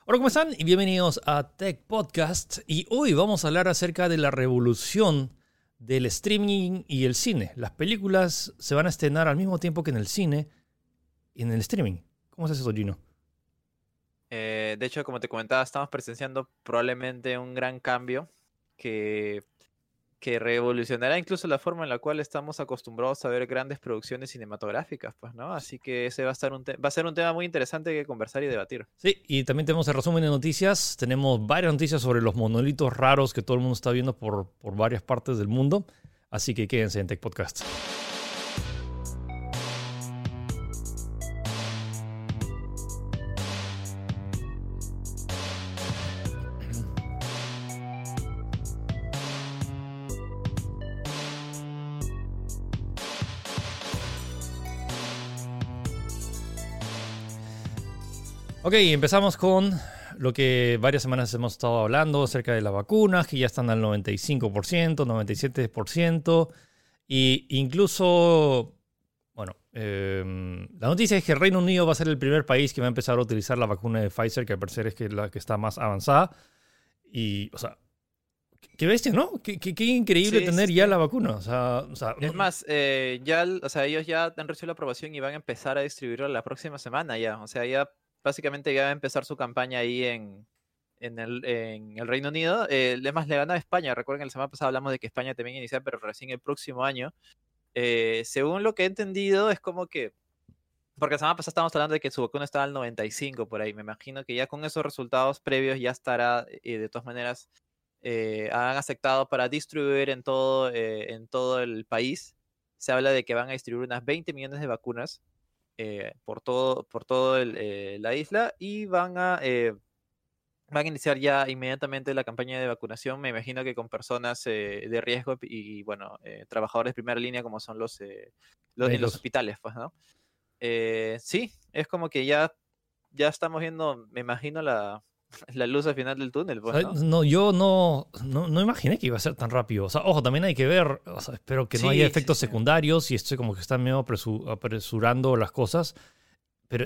Hola, ¿cómo están? Y bienvenidos a Tech Podcast. Y hoy vamos a hablar acerca de la revolución del streaming y el cine. Las películas se van a estrenar al mismo tiempo que en el cine y en el streaming. ¿Cómo es eso, Gino? De hecho, como te comentaba, estamos presenciando probablemente un gran cambio que, que revolucionará incluso la forma en la cual estamos acostumbrados a ver grandes producciones cinematográficas, pues, ¿no? Así que ese va a va a ser un tema muy interesante que conversar y debatir. Sí, y también tenemos el resumen de noticias. Tenemos varias noticias sobre los monolitos raros que todo el mundo está viendo por varias partes del mundo. Así que quédense en Tech Podcast. Ok, empezamos con lo que varias semanas hemos estado hablando acerca de las vacunas, que ya están al 95%, 97%, e incluso, bueno, la noticia es que el Reino Unido va a ser el primer país que va a empezar a utilizar la vacuna de Pfizer, que al parecer es la que está más avanzada. Y, o sea, qué bestia, ¿no? Qué increíble Sí, tener sí, ya sí. la vacuna. O sea, Es más, o sea, ellos ya han recibido la aprobación y van a empezar a distribuirlo la próxima semana ya. O sea, ya básicamente ya va a empezar su campaña ahí en el Reino Unido. Es más, le ganó a España. Recuerden que la semana pasada hablamos de que España también inicia, pero recién el próximo año. Según lo que he entendido, es como que, porque la semana pasada estábamos hablando de que su vacuna estaba al 95 por ahí. Me imagino que ya con esos resultados previos ya estará, de todas maneras, han aceptado para distribuir en todo el país. Se habla de que van a distribuir unas 20 millones de vacunas por todo la isla y van a iniciar ya inmediatamente la campaña de vacunación. Me imagino que con personas de riesgo y, bueno, trabajadores de primera línea como son en los médicos. hospitales, pues, ¿no? Sí, es como que ya estamos viendo, me imagino, la luz al final del túnel, O pues, sea, ¿no? no, yo no imaginé que iba a ser tan rápido. O sea, ojo, también hay que ver, o sea, espero que no haya Sí, sí, efectos sí. secundarios y estoy como que están medio apresurando las cosas, pero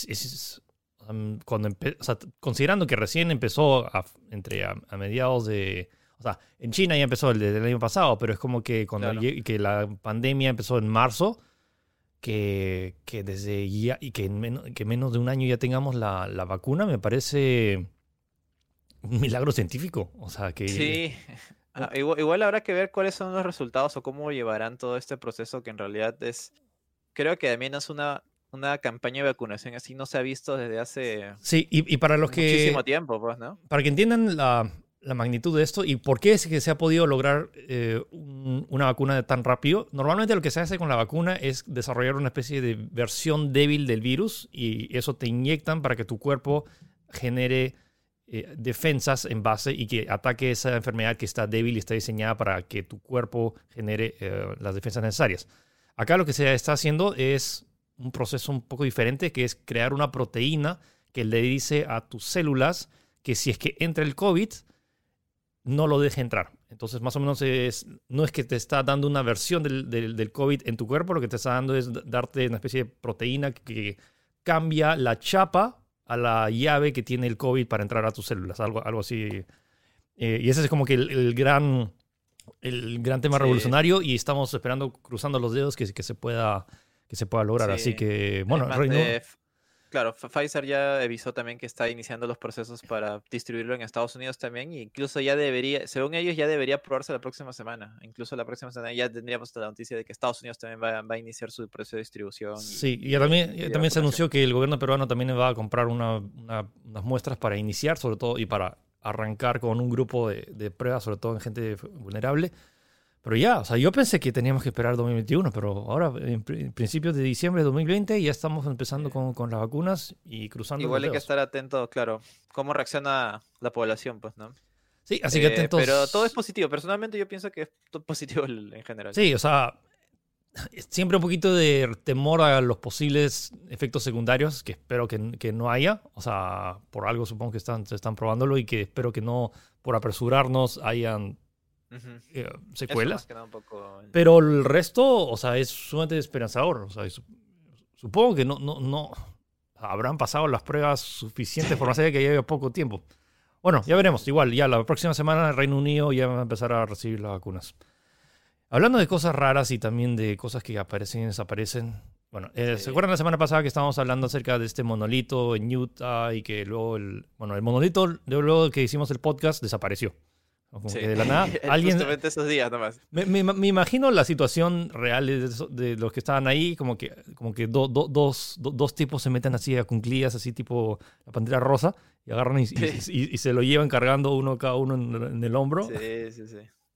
o sea, considerando que recién empezó a mediados de, o sea, en China ya empezó el del año pasado, pero es como que Claro. que la pandemia empezó en marzo, que desde ya, y que menos de un año ya tengamos la vacuna, me parece un milagro científico. O sea, que... Sí, igual habrá que ver cuáles son los resultados o cómo llevarán todo este proceso que en realidad creo que también es una campaña de vacunación así no se ha visto desde hace Sí, y para los muchísimo que, tiempo, pues, ¿no? para que entiendan la magnitud de esto y por qué es que se ha podido lograr una vacuna de tan rápido, normalmente lo que se hace con la vacuna es desarrollar una especie de versión débil del virus y eso te inyectan para que tu cuerpo genere defensas en base y que ataque esa enfermedad que está débil y está diseñada para que tu cuerpo genere las defensas necesarias. Acá lo que se está haciendo es un proceso un poco diferente, que es crear una proteína que le dice a tus células que si es que entra el COVID, no lo deje entrar. Entonces, más o menos no es que te está dando una versión del COVID en tu cuerpo, lo que te está dando es darte una especie de proteína que cambia la chapa a la llave que tiene el COVID para entrar a tus células, algo así. Y ese es como que el gran tema Sí, revolucionario y estamos esperando, cruzando los dedos, que se pueda lograr. Así sí. que, Es bueno, más, Reino... claro, Pfizer ya avisó también que está iniciando los procesos para distribuirlo en Estados Unidos también, y incluso ya debería, según ellos, ya debería aprobarse la próxima semana. Incluso la próxima semana ya tendríamos la noticia de que Estados Unidos también va a iniciar su proceso de distribución Sí, y y de también se vacunación. anunció que el gobierno peruano también va a comprar unas muestras para iniciar, sobre todo, y para arrancar con un grupo de pruebas, sobre todo en gente vulnerable. Pero ya, o sea, yo pensé que teníamos que esperar 2021, pero ahora, en principios de diciembre de 2020, ya estamos empezando Eh, con las vacunas y cruzando los Igual hay que dedos. estar atento, claro, cómo reacciona la población, pues, ¿no? Sí, así que Pero todo es atentos. positivo. Personalmente yo pienso que es todo positivo en general. Sí, o sea, siempre un poquito de temor a los posibles efectos secundarios, que espero que no haya. O sea, por algo supongo que se están probándolo y que espero que no, por apresurarnos, hayan Ujú. Eso más secuelas. que nada un poco el Pero tema. el resto, o sea, es sumamente esperanzador. O sea, supongo que no. habrán pasado las pruebas suficientes por más allá de que lleve poco tiempo. Bueno, ya veremos. Igual, ya la próxima semana el Reino Unido ya va a empezar a recibir las vacunas. Hablando de cosas raras y también de cosas que aparecen y desaparecen. Bueno, ¿se acuerdan la semana pasada que estábamos hablando acerca de este monolito en Utah y que luego el monolito, luego que hicimos el podcast, desapareció? Como que de la nada, alguien... Justamente esos días nomás. Me imagino la situación real de los que estaban ahí, como que dos tipos se meten así a cunclillas, así tipo la Pantera Rosa, y agarran y se lo llevan cargando cada uno en el hombro. Sí.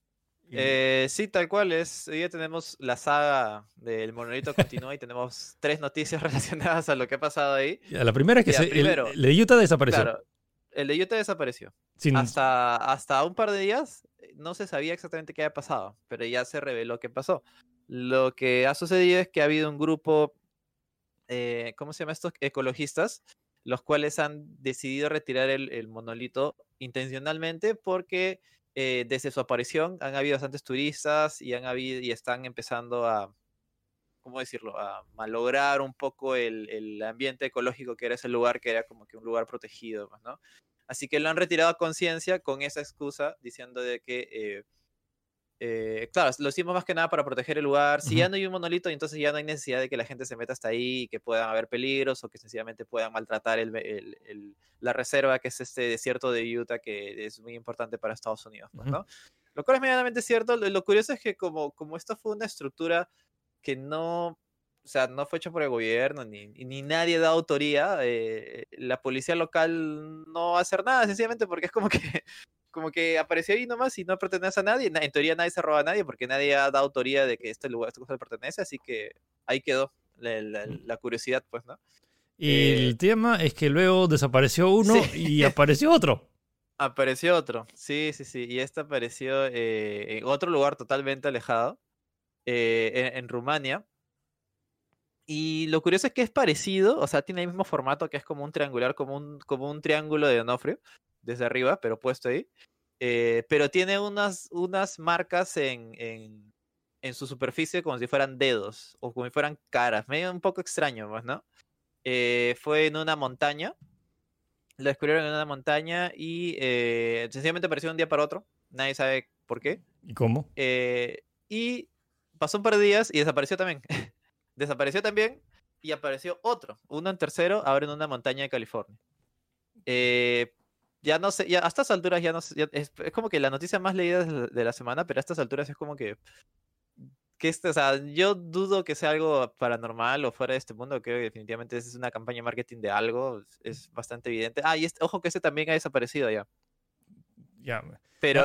Sí, tal cual es. Hoy ya tenemos la saga del monolito continúa y tenemos 3 noticias relacionadas a lo que ha pasado ahí. La primera es que primero, el de Utah desapareció. Claro, el de Utah desapareció. Hasta un par de días no se sabía exactamente qué había pasado, pero ya se reveló qué pasó. Lo que ha sucedido es que ha habido un grupo, ¿cómo se llama estos? Ecologistas, los cuales han decidido retirar el monolito intencionalmente porque desde su aparición han habido bastantes turistas y están empezando a, ¿cómo decirlo?, a malograr un poco el ambiente ecológico que era ese lugar, que era como que un lugar protegido, ¿no? Así que lo han retirado a conciencia con esa excusa, diciendo de que, claro, lo hicimos más que nada para proteger el lugar. Si ya no hay un monolito, entonces ya no hay necesidad de que la gente se meta hasta ahí, y que puedan haber peligros o que sencillamente puedan maltratar la reserva, que es este desierto de Utah, que es muy importante para Estados Unidos, ¿no? Lo cual es medianamente cierto. Lo curioso es que como esto fue una estructura que no, o sea, no fue hecho por el gobierno, ni nadie da autoría, la policía local no va a hacer nada, sencillamente porque es como que apareció ahí nomás y no pertenece a nadie. En teoría nadie se roba a nadie porque nadie ha dado autoría de que esta cosa le pertenece, así que ahí quedó la curiosidad, pues, ¿no? Y el tema es que luego desapareció uno y apareció otro. Apareció otro, sí, y este apareció en otro lugar totalmente alejado, en Rumania. Y lo curioso es que es parecido, o sea, tiene el mismo formato, que es como un triangular, como un triángulo de Onofrio, desde arriba, pero puesto ahí. Pero tiene unas marcas en su superficie como si fueran dedos, o como si fueran caras, medio un poco extraño, pues, ¿no? Fue en una montaña, lo descubrieron en una montaña y sencillamente apareció de un día para otro, nadie sabe por qué. ¿Y cómo? Y pasó un par de días y desapareció también. Desapareció también y apareció otro, uno en tercero, ahora en una montaña de California. Ya no sé, ya a estas alturas ya no sé, es como que la noticia más leída de la semana, pero a estas alturas es como que o sea, yo dudo que sea algo paranormal o fuera de este mundo. Creo que definitivamente es una campaña de marketing de algo, es bastante evidente. Y ojo que este también ha desaparecido ya. Ya. Pero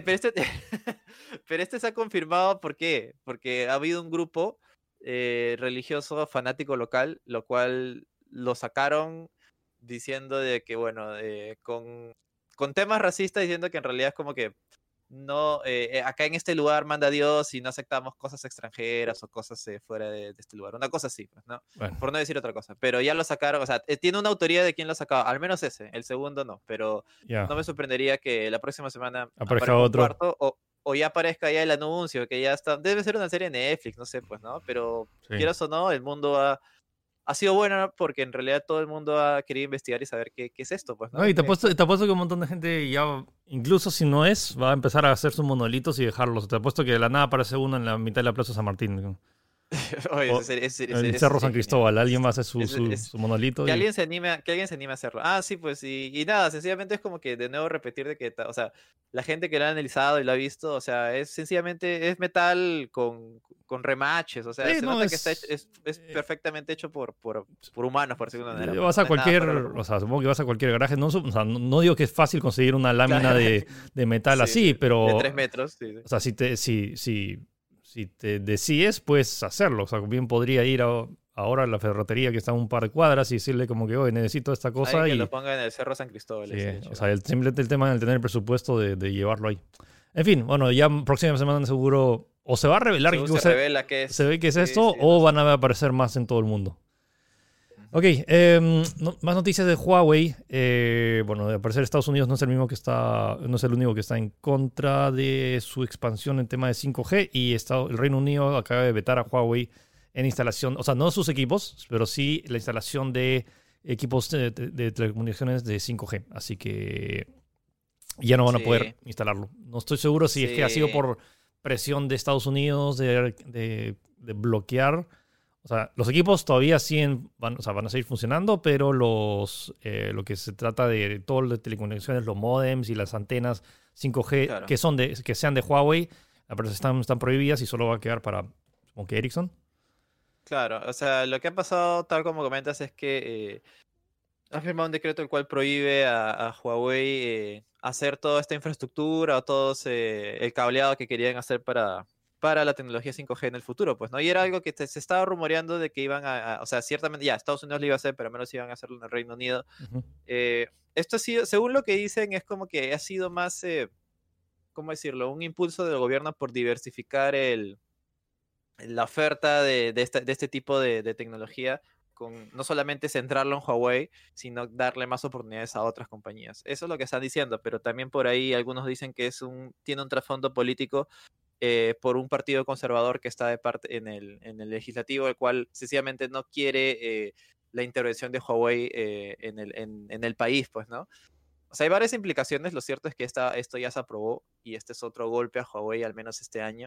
este se ha confirmado. ¿Por qué? Porque ha habido un grupo religioso fanático local, lo cual lo sacaron diciendo de que, bueno, con temas racistas, diciendo que en realidad es como que no, acá en este lugar manda Dios y no aceptamos cosas extranjeras o cosas fuera de este lugar. Una cosa así, pues, ¿no? Bueno. Por no decir otra cosa. Pero ya lo sacaron, o sea, tiene una autoría de quién lo sacaba, al menos ese, el segundo no, pero no me sorprendería que la próxima semana aparezca otro. Un cuarto, o ya aparezca ya el anuncio, que ya está, debe ser una serie de Netflix, no sé, pues, ¿no? Pero quieras o no, el mundo ha sido bueno porque en realidad todo el mundo ha querido investigar y saber qué es esto, pues, ¿no? No, y te apuesto que un montón de gente ya, incluso si no es, va a empezar a hacer sus monolitos y dejarlos. Te apuesto que de la nada aparece uno en la mitad de la Plaza San Martín. Oye, el Cerro San Cristóbal, alguien va a hacer su monolito. Que alguien se anime a hacerlo. Sí, pues, y nada, sencillamente es como que de nuevo repetir de que, o sea, la gente que lo ha analizado y lo ha visto, o sea, es sencillamente remachs, o sea, se nota que es perfectamente hecho por humanos, por decirlo de alguna manera. Vas a supongo que vas a cualquier garaje, no digo que es fácil conseguir una lámina de metal así, pero... De 3 metros, sí. O sea, si te decides, puedes hacerlo. O sea, bien podría ir ahora a la ferretería que está a un par de cuadras y decirle como que, necesito esta cosa. Que lo ponga en el Cerro San Cristóbal. Sí, o sea, simplemente el tema de tener el presupuesto de llevarlo ahí. En fin, bueno, ya próxima semana seguro o se va a revelar se ve que es esto, o van a aparecer más en todo el mundo. Ok, más noticias de Huawei. Bueno, al parecer Estados Unidos no es el único que está en contra de su expansión en tema de 5G y el Reino Unido acaba de vetar a Huawei en instalación, o sea, no sus equipos, pero sí la instalación de equipos de telecomunicaciones de 5G. Así que ya no van a poder instalarlo. No estoy seguro si es que ha sido por presión de Estados Unidos de bloquear. O sea, los equipos todavía siguen, van a seguir funcionando, pero lo que se trata de todo lo de telecomunicaciones, los modems y las antenas 5G claro. que sean de Huawei, están prohibidas y solo va a quedar para, supongo que Ericsson. Claro, o sea, lo que ha pasado, tal como comentas, es que ha firmado un decreto el cual prohíbe a Huawei hacer toda esta infraestructura o todo el cableado que querían hacer para la tecnología 5G en el futuro, pues, ¿no? Y era algo que se estaba rumoreando de que iban o sea, ciertamente ya Estados Unidos lo iba a hacer, pero al menos iban a hacerlo en el Reino Unido. Uh-huh. Esto ha sido, según lo que dicen, es como que ha sido más, ¿cómo decirlo? Un impulso del gobierno por diversificar la oferta de este tipo de tecnología, con no solamente centrarlo en Huawei, sino darle más oportunidades a otras compañías. Eso es lo que están diciendo, pero también por ahí algunos dicen que tiene un trasfondo político por un partido conservador que está de parte en el legislativo, el cual sencillamente no quiere la intervención de Huawei en el país, pues, ¿no? O sea, hay varias implicaciones. Lo cierto es que esto ya se aprobó y este es otro golpe a Huawei, al menos este año.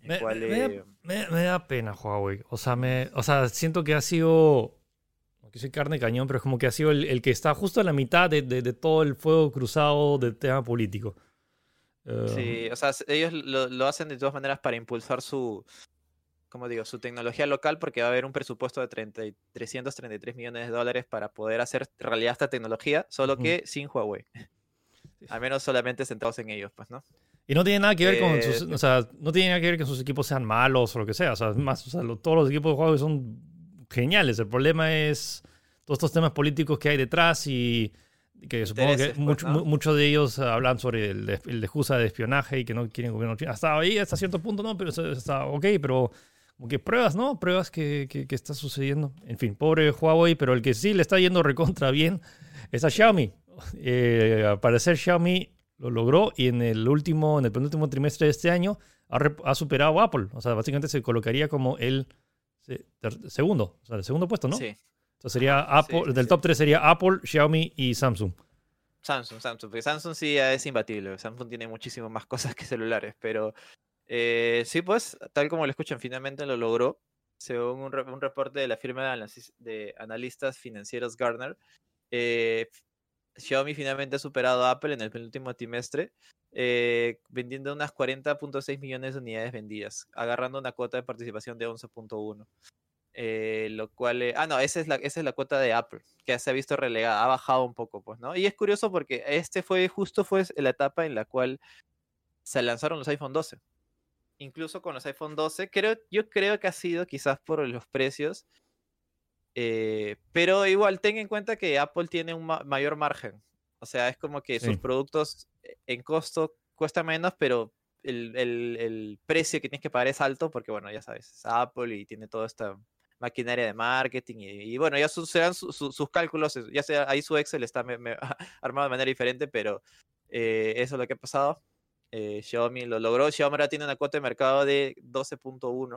Me da pena Huawei. O sea, siento que ha sido, que soy carne de cañón, pero es como que ha sido el que está justo en la mitad de todo el fuego cruzado del tema político. Sí, o sea, ellos lo hacen de todas maneras para impulsar como digo, su tecnología local, porque va a haber un presupuesto de 333 millones de dólares para poder hacer realidad esta tecnología, solo que sin Huawei. Al menos solamente centrados en ellos, pues, ¿no? Y no tiene nada que ver con o sea, no tiene nada que ver que sus equipos sean malos o lo que sea. O sea, más, o sea, todos los equipos de Huawei son geniales. El problema es todos estos temas políticos que hay detrás y que supongo que muchos de ellos hablan sobre el excusa de espionaje y que no quieren gobierno chino. Hasta ahí, hasta cierto punto, no, pero está ok, pero como que pruebas, ¿no? Pruebas que está sucediendo. En fin, pobre Huawei, pero el que sí le está yendo recontra bien es a Xiaomi. Al parecer Xiaomi lo logró y en el penúltimo trimestre de este año ha superado a Apple. O sea, básicamente se colocaría como el segundo, o sea, el segundo puesto, ¿no? Sí. Entonces sería Apple, del top 3 sería Apple, Xiaomi y Samsung. Samsung, porque Samsung sí es imbatible. Samsung tiene muchísimas más cosas que celulares, pero sí, pues, tal como lo escuchan, finalmente lo logró. Según un reporte de la firma de analistas financieros Gartner, Xiaomi finalmente ha superado a Apple en el penúltimo trimestre, vendiendo unas 40.6 millones de unidades vendidas, agarrando una cuota de participación de 11.1. Lo cual, no, esa es la cuota de Apple, que se ha visto relegada, ha bajado un poco, pues, ¿no? Y es curioso porque fue la etapa en la cual se lanzaron los iPhone 12. Incluso con los iPhone 12, yo creo que ha sido quizás por los precios, pero igual ten en cuenta que Apple tiene un mayor margen. O sea, es como que sus productos en costo cuesta menos, pero el precio que tienes que pagar es alto porque, bueno, ya sabes, es Apple y tiene toda esta maquinaria de marketing y bueno, ya serán sus cálculos, ya sea ahí su Excel está armado de manera diferente, pero eso es lo que ha pasado. Xiaomi lo logró. Xiaomi ahora tiene una cuota de mercado de 12.1%,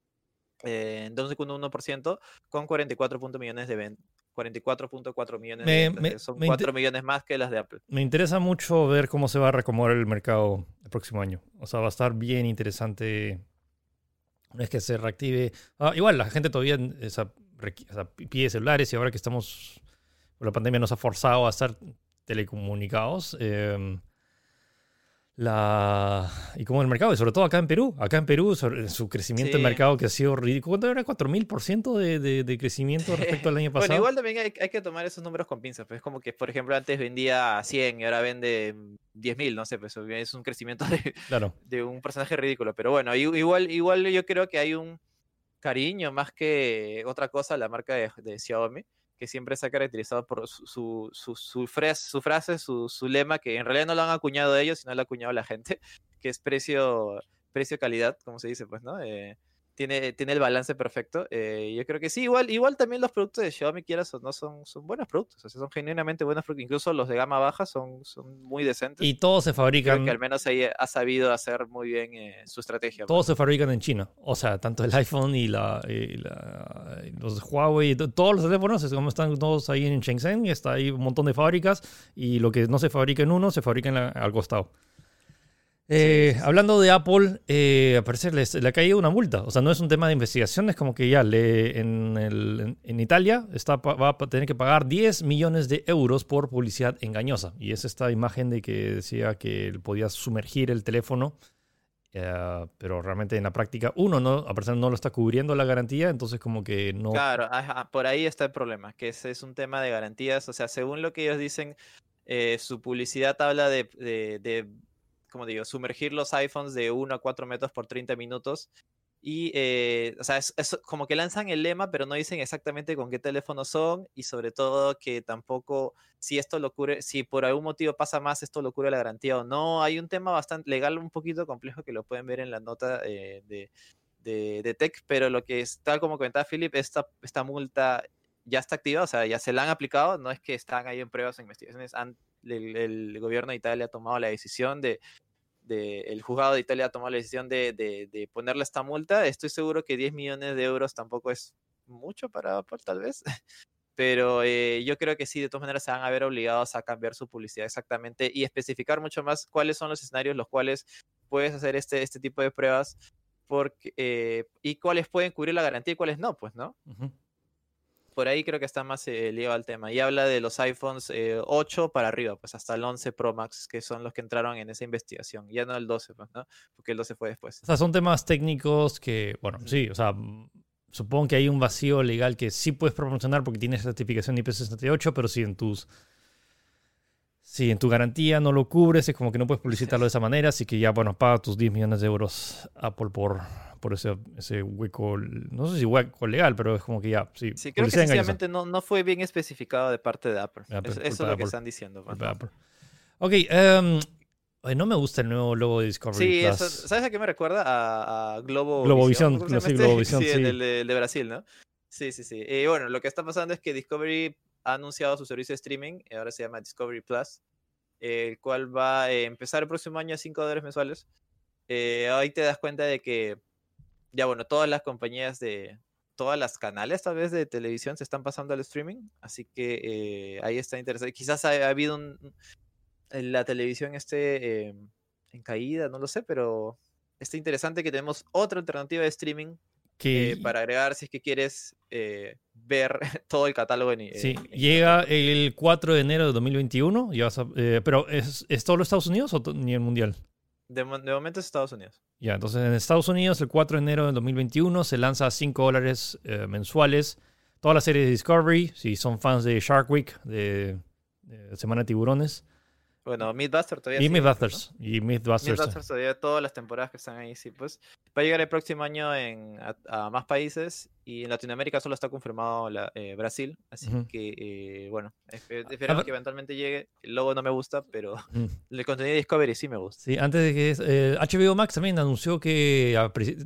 12.1% con 44.4 millones de ventas. 44.4 millones de ventas. Son 4 millones más que las de Apple. Me interesa mucho ver cómo se va a recomodar el mercado el próximo año. O sea, va a estar bien interesante una vez que se reactive. Igual, la gente todavía pide celulares y ahora que estamos por la pandemia nos ha forzado a estar telecomunicados. Y como el mercado, y sobre todo acá en Perú, su crecimiento de mercado que ha sido ridículo. ¿Cuánto era? ¿4.000% de crecimiento respecto al año pasado? Bueno, igual también hay que tomar esos números con pinzas, pues es como que, por ejemplo, antes vendía 100 y ahora vende 10.000, no sé, pues es un crecimiento de un personaje ridículo, pero bueno, igual yo creo que hay un cariño más que otra cosa a la marca de Xiaomi, que siempre se ha caracterizado por su frase, su lema, que en realidad no lo han acuñado ellos, sino lo ha acuñado la gente, que es precio-calidad, como se dice, pues, ¿no? tiene el balance perfecto. Yo creo que sí, igual también los productos de Xiaomi, quieras o no, son buenos productos, o sea, son genuinamente buenos productos, incluso los de gama baja son muy Y decentes. todos se Creo que al fabrican, menos ahí ha sabido hacer muy bien su estrategia, pues, todos ¿no? se fabrican en China. O sea, tanto el iPhone y los Huawei, todos los teléfonos, es como están todos ahí en Shenzhen, está ahí un montón de fábricas y lo que no se fabrica en uno, se fabrica al costado. Sí, sí, sí. Hablando de Apple, al parecer le ha caído una multa. O sea, no es un tema de investigación, es como que ya en Italia va a tener que pagar 10 millones de euros por publicidad engañosa. Y es esta imagen de que decía que podías sumergir el teléfono, pero realmente en la práctica uno no, a pesar no lo está cubriendo la garantía, entonces como que no... Claro, ajá, por ahí está el problema, que ese es un tema de garantías. O sea, según lo que ellos dicen, su publicidad habla de, como digo, sumergir los iPhones de 1 a 4 metros por 30 minutos. Y, o sea, es como que lanzan el lema, pero no dicen exactamente con qué teléfonos son y sobre todo que tampoco, si esto lo cubre, si por algún motivo pasa más, esto lo cubre la garantía o no. Hay un tema bastante legal, un poquito complejo que lo pueden ver en la nota de Tech, pero lo que es, tal como comentaba Philip, esta multa ya está activa, o sea, ya se la han aplicado, no es que están ahí en pruebas o investigaciones, el gobierno de Italia ha tomado la decisión el juzgado de Italia ha tomado la decisión de ponerle esta multa. Estoy seguro que 10 millones de euros tampoco es mucho para Apple, tal vez. Pero yo creo que sí, de todas maneras se van a ver obligados a cambiar su publicidad exactamente y especificar mucho más cuáles son los escenarios los cuales puedes hacer este tipo de pruebas y cuáles pueden cubrir la garantía y cuáles no, pues, ¿no? Ujú. Por ahí creo que está más ligado al tema. Y habla de los iPhones 8 para arriba, pues hasta el 11 Pro Max, que son los que entraron en esa investigación. Ya no el 12, pues, ¿no? Porque el 12 fue después. O sea, son temas técnicos que, bueno, Ujú. sí, o sea, supongo que hay un vacío legal que sí puedes promocionar porque tienes certificación IP68, pero si en tu garantía no lo cubres, es como que no puedes publicitarlo de esa manera, así que ya, bueno, paga tus 10 millones de euros Apple por ese hueco, no sé si hueco legal, pero es como que ya, sí, Sí, creo que publicidad engañosa. sencillamente no fue bien especificado de parte de Apple. Eso es Culpa de lo que Apple, están diciendo, pues, culpa de ¿no? Apple. Ok, oye, no me gusta el nuevo logo de Discovery Sí, eso, Plus. ¿sabes a qué me recuerda? A Globovisión, Globovisión, ¿cómo se no llama sé, este? Globovisión, Sí, sí. el de Brasil, ¿no? Sí, sí, sí. Bueno, lo que está pasando es que Discovery ha anunciado su servicio de streaming, ahora se llama Discovery Plus, el cual va a empezar el próximo año a $5 mensuales. Ahí te das cuenta de que, ya bueno, todas las compañías todas las canales tal vez de televisión se están pasando al streaming, así que ahí está interesante. Quizás ha habido en la televisión en caída, no lo sé, pero está interesante que tenemos otra alternativa de streaming Que para agregar si es que quieres ver todo el catálogo sí, en llega Discovery. el 4 de enero de 2021, pero ¿es todo los Estados Unidos o ni el mundial? De momento es Estados Unidos. Ya, entonces en Estados Unidos el 4 de enero de 2021 se lanza a $5 mensuales toda la serie de Discovery, si son fans de Shark Week, de Semana de Tiburones, Bueno, Mythbusters todavía y sigue, pues, ¿no? Mythbusters. Y Mythbusters. Mythbusters todavía todas las temporadas que están ahí, sí, pues. Va a llegar el próximo año a más países y en Latinoamérica solo está confirmado Brasil, así Ujú. que, bueno, A esperemos ver, que eventualmente llegue. El logo no me gusta, pero mm, el contenido de Discovery sí me gusta. sí, antes de que HBO Max también anunció que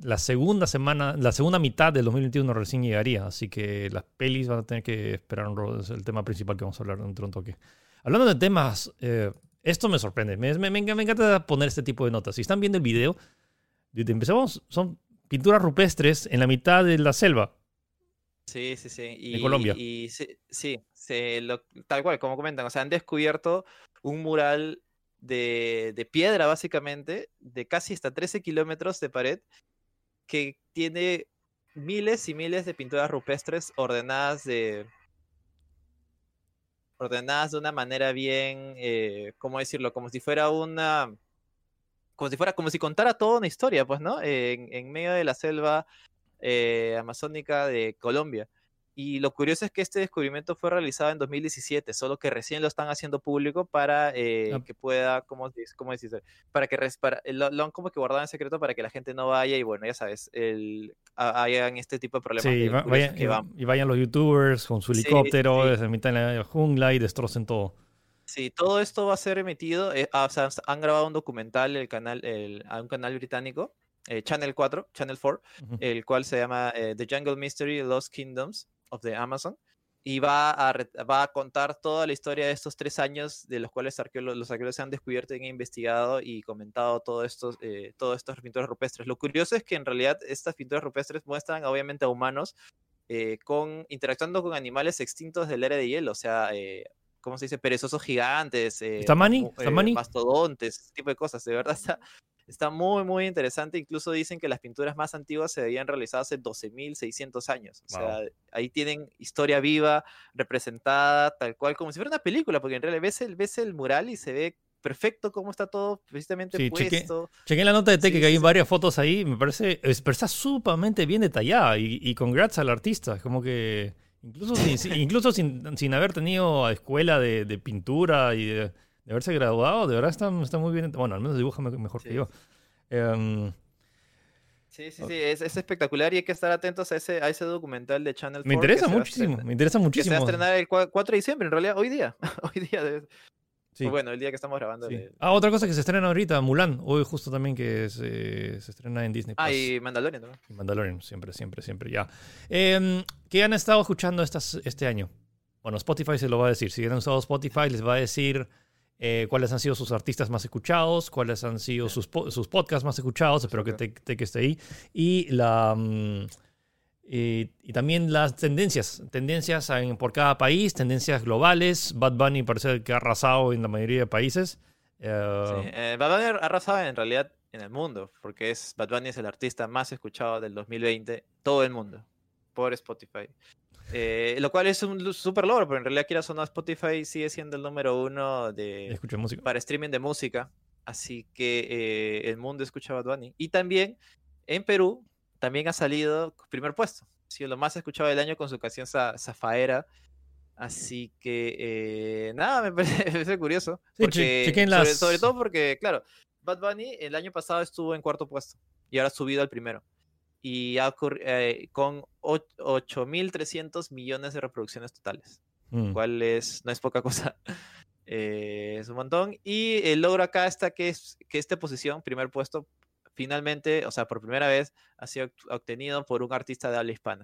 la segunda mitad del 2021 recién llegaría, así que las pelis van a tener que esperar es el tema principal que vamos a hablar dentro de un toque. Hablando de temas, esto me sorprende, me encanta poner este tipo de notas. Si están viendo el video, empezamos, son pinturas rupestres en la mitad de la selva Sí, sí, sí. de Colombia. Y sí, sí, tal cual, como comentan, o sea, han descubierto un mural de piedra, básicamente, de casi hasta 13 kilómetros de pared, que tiene miles y miles de pinturas rupestres ordenadas de una manera bien, ¿cómo decirlo? Como si contara toda una historia, pues, ¿no? En medio de la selva amazónica de Colombia. Y lo curioso es que este descubrimiento fue realizado en 2017, solo que recién lo están haciendo público para Ah, que pueda, ¿cómo decirse? Para que lo han como que guardado en secreto para que la gente no vaya y bueno, ya sabes, hayan este tipo de problemas sí, de curiosos que van. y vayan los youtubers con su Sí, sí, helicóptero sí. desde mitad de la jungla y destrocen todo. Sí, todo esto va a ser emitido. O sea, han grabado un documental a un canal británico Channel 4, Channel 4, Ujú. el cual se llama The Jungle Mystery Lost Kingdoms of the Amazon. Y va a contar toda la historia de estos 3 años de los cuales los arqueólogos se han descubierto y han investigado y comentado todos estos pinturas rupestres. Lo curioso es que en realidad estas pinturas rupestres muestran obviamente a humanos interactuando con animales extintos del era de hielo, o sea, ¿cómo se dice? Perezosos gigantes, ¿Está Manny? ¿Está Manny? mastodontes, ese tipo de cosas. De verdad está muy, muy interesante. Incluso dicen que las pinturas más antiguas se habían realizado hace 12.600 años. O Wow. sea, ahí tienen historia viva, representada, tal cual, como si fuera una película, porque en realidad ves el mural y se ve perfecto cómo está todo precisamente Sí, puesto. chequé la nota de Teque, Sí, que hay sí, sí. varias fotos ahí, me parece, pero está sumamente bien detallada y congrats al artista, como que incluso sin haber tenido escuela de pintura y de haberse graduado, de verdad está muy bien, bueno, al menos dibuja mejor que Sí, yo. Em, sí, es espectacular y hay que estar atentos a ese documental de Channel me 4 que interesa se va a muchísimo, estrenar, me interesa que se va a muchísimo. estrenar el 4 de diciembre, en realidad, hoy día. Hoy día, Sí, bueno, el día que estamos grabando sí. el Otra cosa que se podcast. estrena ahorita, Mulan, hoy justo también que se estrena en Disney Ah, Plus. y Mandalorian también. Y Mandalorian, siempre, ya. ¿Qué han estado escuchando este año? Bueno, Spotify se lo va a decir. Si han usado Spotify, les va a decir cuáles han sido sus artistas más escuchados, cuáles han sido Sí, sus podcasts más escuchados. Espero que exacto. Teque esté ahí. Y también las tendencias por cada país, tendencias globales. Bad Bunny parece que ha arrasado en la mayoría de países. Sí, Bad Bunny ha arrasado en realidad en el mundo, porque Bad Bunny es el artista más escuchado del 2020, todo el mundo, por Spotify. Lo cual es un super logro, pero en realidad quieras o no, Spotify sigue siendo el número 1 Escucha música. para streaming de música, así que el mundo escucha Bad Bunny. Y también en Perú, también ha salido primer puesto, ha sido lo más escuchado del año con su canción Zafaera. Así que nada, me parece, me parece curioso, Sí, porque chequen sobre las... todo porque, claro, Bad Bunny el año pasado estuvo en cuarto puesto y ahora ha subido al primero y con 8.300 millones de reproducciones totales, Mm. cual no es poca cosa, es un montón. Y el logro acá está que esta posición, primer puesto, finalmente, o sea, por primera vez, ha sido obtenido por un artista de habla hispana,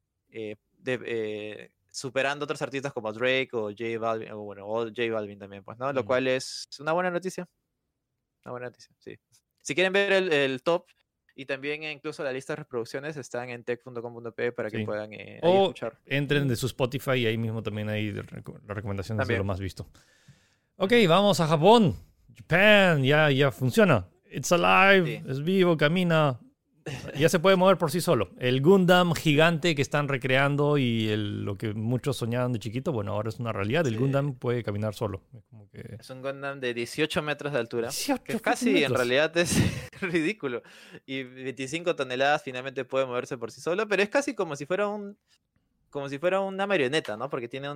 superando otros artistas como Drake o J Balvin, o J Balvin también, pues, ¿no? Lo Mm. cual es una buena noticia. Una buena noticia, sí. Si quieren ver el top y también incluso la lista de reproducciones están en tech.com.p para que Sí. puedan ahí O escuchar. entren de su Spotify y ahí mismo también hay las recomendaciones de lo También. más visto. Ok, vamos a Japón. Japan, ya funciona. It's alive, Sí. es vivo, camina. Ya se puede mover por sí solo. El Gundam gigante que están recreando y lo que muchos soñaban de chiquito, bueno, ahora es una realidad. El Sí. Gundam puede caminar solo. Es como que... Es un Gundam de 18 metros de altura, 18 que fucking casi en metros. realidad es ridículo. Y 25 toneladas finalmente puede moverse por sí solo, pero es casi como si fuera una marioneta, ¿no? Porque tiene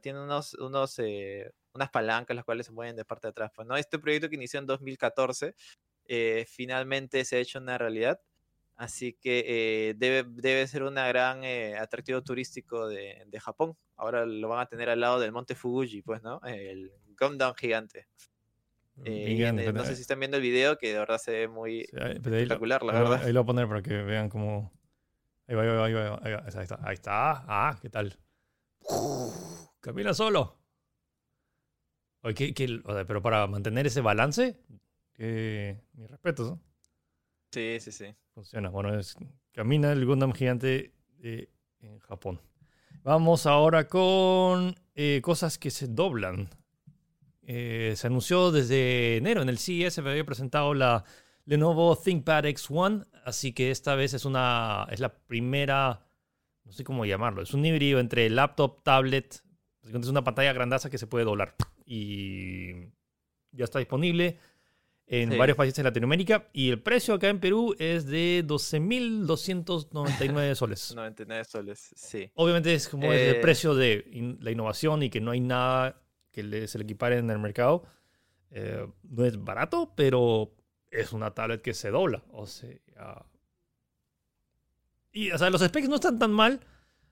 unas palancas las cuales se mueven de parte de atrás. Pues, ¿no? Este proyecto que inició en 2014 finalmente se ha hecho una realidad. Así que debe ser un gran atractivo turístico de Japón. Ahora lo van a tener al lado del monte Fuji, pues, ¿no? El Gundam gigante. No sé si están viendo el video, que de verdad se ve muy espectacular, la verdad. Ahí lo voy a poner para que vean cómo... Ahí va. Ahí está. Ah, ¿qué tal? Camina solo. Oye, o sea, pero para mantener ese balance, mis respetos, ¿no? Sí. Funciona. Bueno, camina el Gundam gigante en Japón. Vamos ahora con cosas que se doblan. Se anunció desde enero en el CES, se había presentado la Lenovo ThinkPad X1, así que esta vez es la primera, no sé cómo llamarlo, es un híbrido entre laptop, tablet, es una pantalla grandaza que se puede doblar y ya está disponible en varios países de Latinoamérica y el precio acá en Perú es de 12.299 soles. 99 soles, sí. Obviamente es como es el precio de la innovación y que no hay nada que se le equipare en el mercado. No es barato, pero es una tablet que se dobla. O sea, los specs no están tan mal.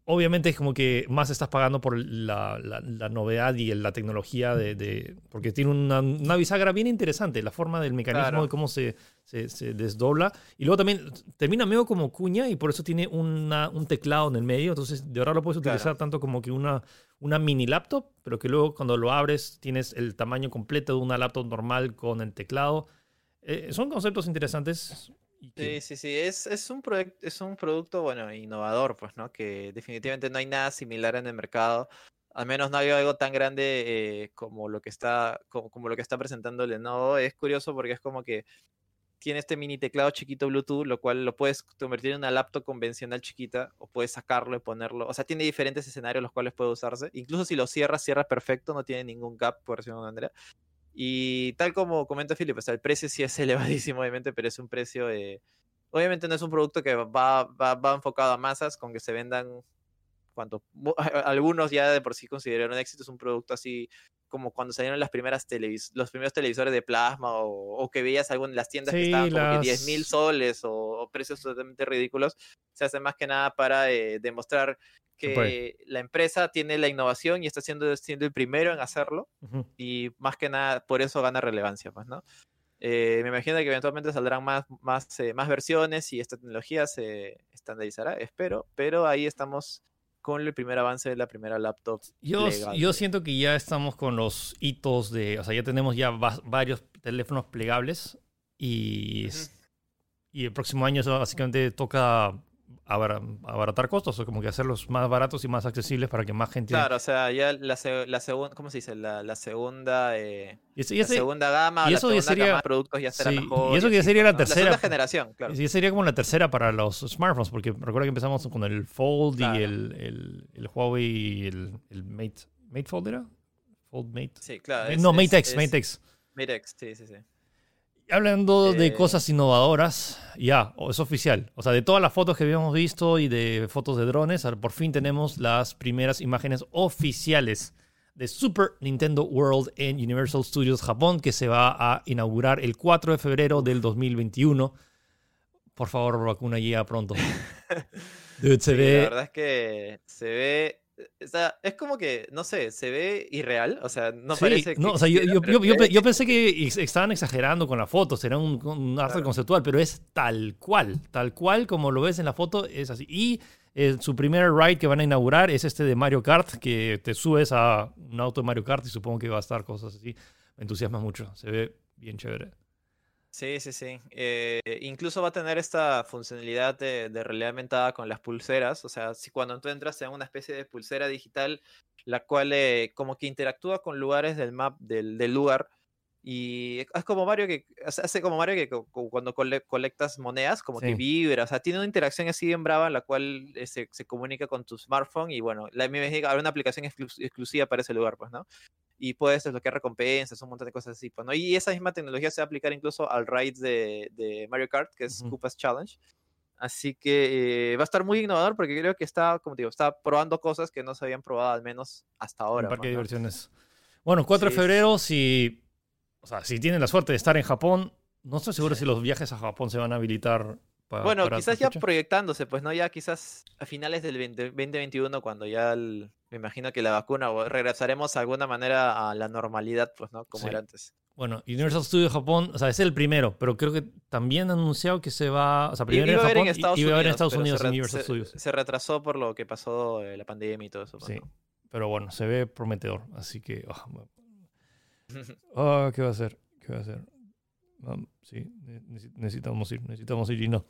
obviamente es como que más estás pagando por la novedad y la tecnología porque tiene una bisagra bien interesante, la forma del mecanismo Claro. de cómo se desdobla. Y luego también termina medio como cuña y por eso tiene un teclado en el medio. Entonces, de verdad lo puedes utilizar Claro. tanto como que una mini laptop, pero que luego cuando lo abres tienes el tamaño completo de una laptop normal con el teclado. Son conceptos interesantes. Y que, Sí, sí, sí. Es un producto, bueno, innovador, pues, ¿no? Que definitivamente no hay nada similar en el mercado. Al menos no hay algo tan grande como lo que como lo que está presentando Lenovo. Es curioso porque es como que tiene este mini teclado chiquito Bluetooth, lo cual lo puedes convertir en una laptop convencional chiquita, o puedes sacarlo y ponerlo. O sea, tiene diferentes escenarios los cuales puede usarse. Incluso si lo cierras, cierra perfecto, no tiene ningún gap, por decirlo de una manera. Y tal como comenta Philip, o sea, el precio sí es elevadísimo, obviamente, pero es un precio. Obviamente no es un producto que va enfocado a masas, con que se vendan algunos ya de por sí consideraron éxito. Es un producto así como cuando salieron los primeros televisores de plasma o que veías algo en las tiendas que sí, estaban como que 10.000 soles o precios totalmente ridículos. Se hace más que nada para demostrar se puede. que la empresa tiene la innovación y está siendo el primero en hacerlo, Ujú. y más que nada por eso gana relevancia, pues, ¿no? Me imagino que eventualmente saldrán más versiones y esta tecnología se estandarizará, espero, pero ahí estamos con el primer avance de la primera laptop Yo plegable. siento que ya estamos con los hitos o sea, ya tenemos ya varios teléfonos plegables y, Ujú. y el próximo año eso básicamente toca abaratar costos o como que hacerlos más baratos y más accesibles para que más gente... Claro, o sea, ya la segunda, ¿cómo se dice? Y, ese- y La ese- segunda gama o y la eso ya segunda gama sería... de productos ya será Sí, y mejor y eso que ya así, sería pues, la ¿no? La segunda tercera. generación, claro. Sí, sería como la tercera para los smartphones, porque recuerda que empezamos con el Fold y Claro, el Huawei y el Mate. ¿Mate Fold era? Fold Mate. sí, claro, No, Mate X, Mate X. Mirex, sí, sí, sí. Hablando de Eh, cosas innovadoras, ya, es oficial. O sea, de todas las fotos que habíamos visto y de fotos de drones, por fin tenemos las primeras imágenes oficiales de Super Nintendo World en Universal Studios Japón, que se va a inaugurar el 4 de febrero del uf. 2021. Por favor, vacuna llega pronto. Dude, se Sí, la ve... verdad es que se ve, o sea, es como que, no sé, se ve irreal, o sea, no Sí, parece que no, o sea, yo, existiera, yo, pero yo, yo se ve pe- yo que pensé existe. que estaban exagerando con la foto, será un arte Claro. conceptual, pero es tal cual como lo ves en la foto, es así. Y su primer ride que van a inaugurar es este de Mario Kart, que te subes a un auto de Mario Kart y supongo que va a estar cosas así. Me entusiasma mucho, se ve bien chévere. Sí, sí, sí. Incluso va a tener esta funcionalidad de realidad aumentada con las pulseras. O sea, si cuando tú entras en una especie de pulsera digital, la cual como que interactúa con lugares del map del lugar. Y es como Mario hace como Mario que cuando colectas monedas, como que Sí. vibra. O sea, tiene una interacción así bien brava en la cual se comunica con tu smartphone. Y bueno, me imagino que habrá una aplicación exclusiva para ese lugar, pues, ¿no? Y puedes desbloquear recompensas, un montón de cosas así, pues, ¿no? Y esa misma tecnología se va a aplicar incluso al raid de Mario Kart, que es Ujú. Koopa's Challenge. Así que va a estar muy innovador porque creo que está, como te digo, está probando cosas que no se habían probado al menos hasta En ahora, parque pues, de ¿no? diversiones. Bueno, 4 de Sí, sí, sí. febrero, o sea, si tienen la suerte de estar en Japón, no estoy seguro si los viajes a Japón se van a habilitar Bueno, para tal quizás ya fecha. proyectándose, pues, ¿no? Ya quizás a finales del 2021, cuando ya me imagino que la vacuna, o regresaremos de alguna manera a la normalidad, pues, ¿no? Como Sí. era antes. Bueno, Sí. Universal Studios Japón, o sea, es el primero, pero creo que también han anunciado que se va, o sea, primero en Iba a haber en Japón y Estados va a haber en Unidos, Estados pero Unidos en Universal Studios. se retrasó por lo que pasó la pandemia y todo eso, pues, Sí, ¿no? pero bueno, se ve prometedor, así que, ¿qué va a hacer? ¿Qué va a hacer? Sí, necesitamos ir y no.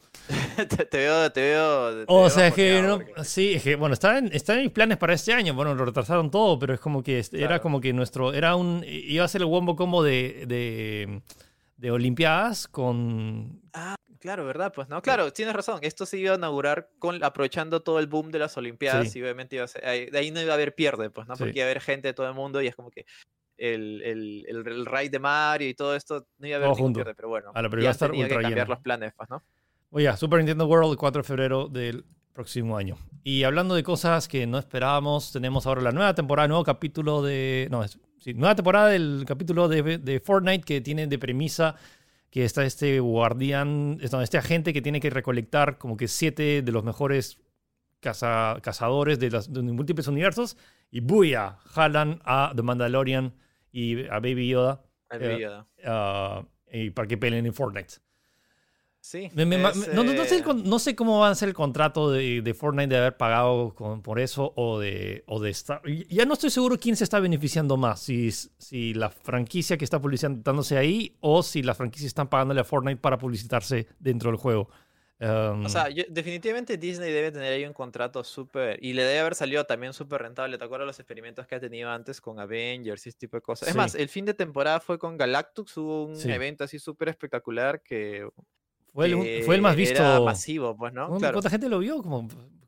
Te O veo sea, es que, bajoneado no, porque, sí, es que, bueno, está en mis planes para este año. Bueno, lo retrasaron todo, pero es como que era claro. como que iba a ser el wombo combo de Olimpiadas con... Ah, claro, ¿verdad? Pues no, claro, tienes razón. Esto se iba a inaugurar aprovechando todo el boom de las Olimpiadas Sí, y obviamente de ahí no iba a haber pierde, pues, ¿no? Porque sí, iba a haber gente de todo el mundo y es como que el raid de Mario y todo esto no iba a haber todo ningún junto. pierde, pero bueno, A la pero iba ya a han estar tenido que ultra cambiar lleno. los planes, pues, ¿no? Oye, Super Nintendo World, el 4 de febrero del próximo año. Y hablando de cosas que no esperábamos, tenemos ahora la nueva temporada, nuevo capítulo de... No, sí, nueva temporada del capítulo de Fortnite que tiene de premisa que está este guardián, este agente que tiene que recolectar como que 7 de los mejores cazadores de múltiples universos y ¡buya! Jalan a The Mandalorian y a Baby Yoda. Y para que peleen en Fortnite. Sí. No sé cómo va a ser el contrato de Fortnite de haber pagado por eso o de estar. Ya no estoy seguro quién se está beneficiando más. Si la franquicia que está publicitándose ahí o si las franquicias están pagándole a Fortnite para publicitarse dentro del juego. O sea, definitivamente Disney debe tener ahí un contrato súper... Y le debe haber salido también súper rentable. ¿Te acuerdas los experimentos que ha tenido antes con Avengers y este tipo de cosas? Es más, el fin de temporada fue con Galactus. Hubo un evento así súper espectacular que fue el más visto. Era masivo, pues, ¿no? Claro. ¿Cuánta gente lo vio? Como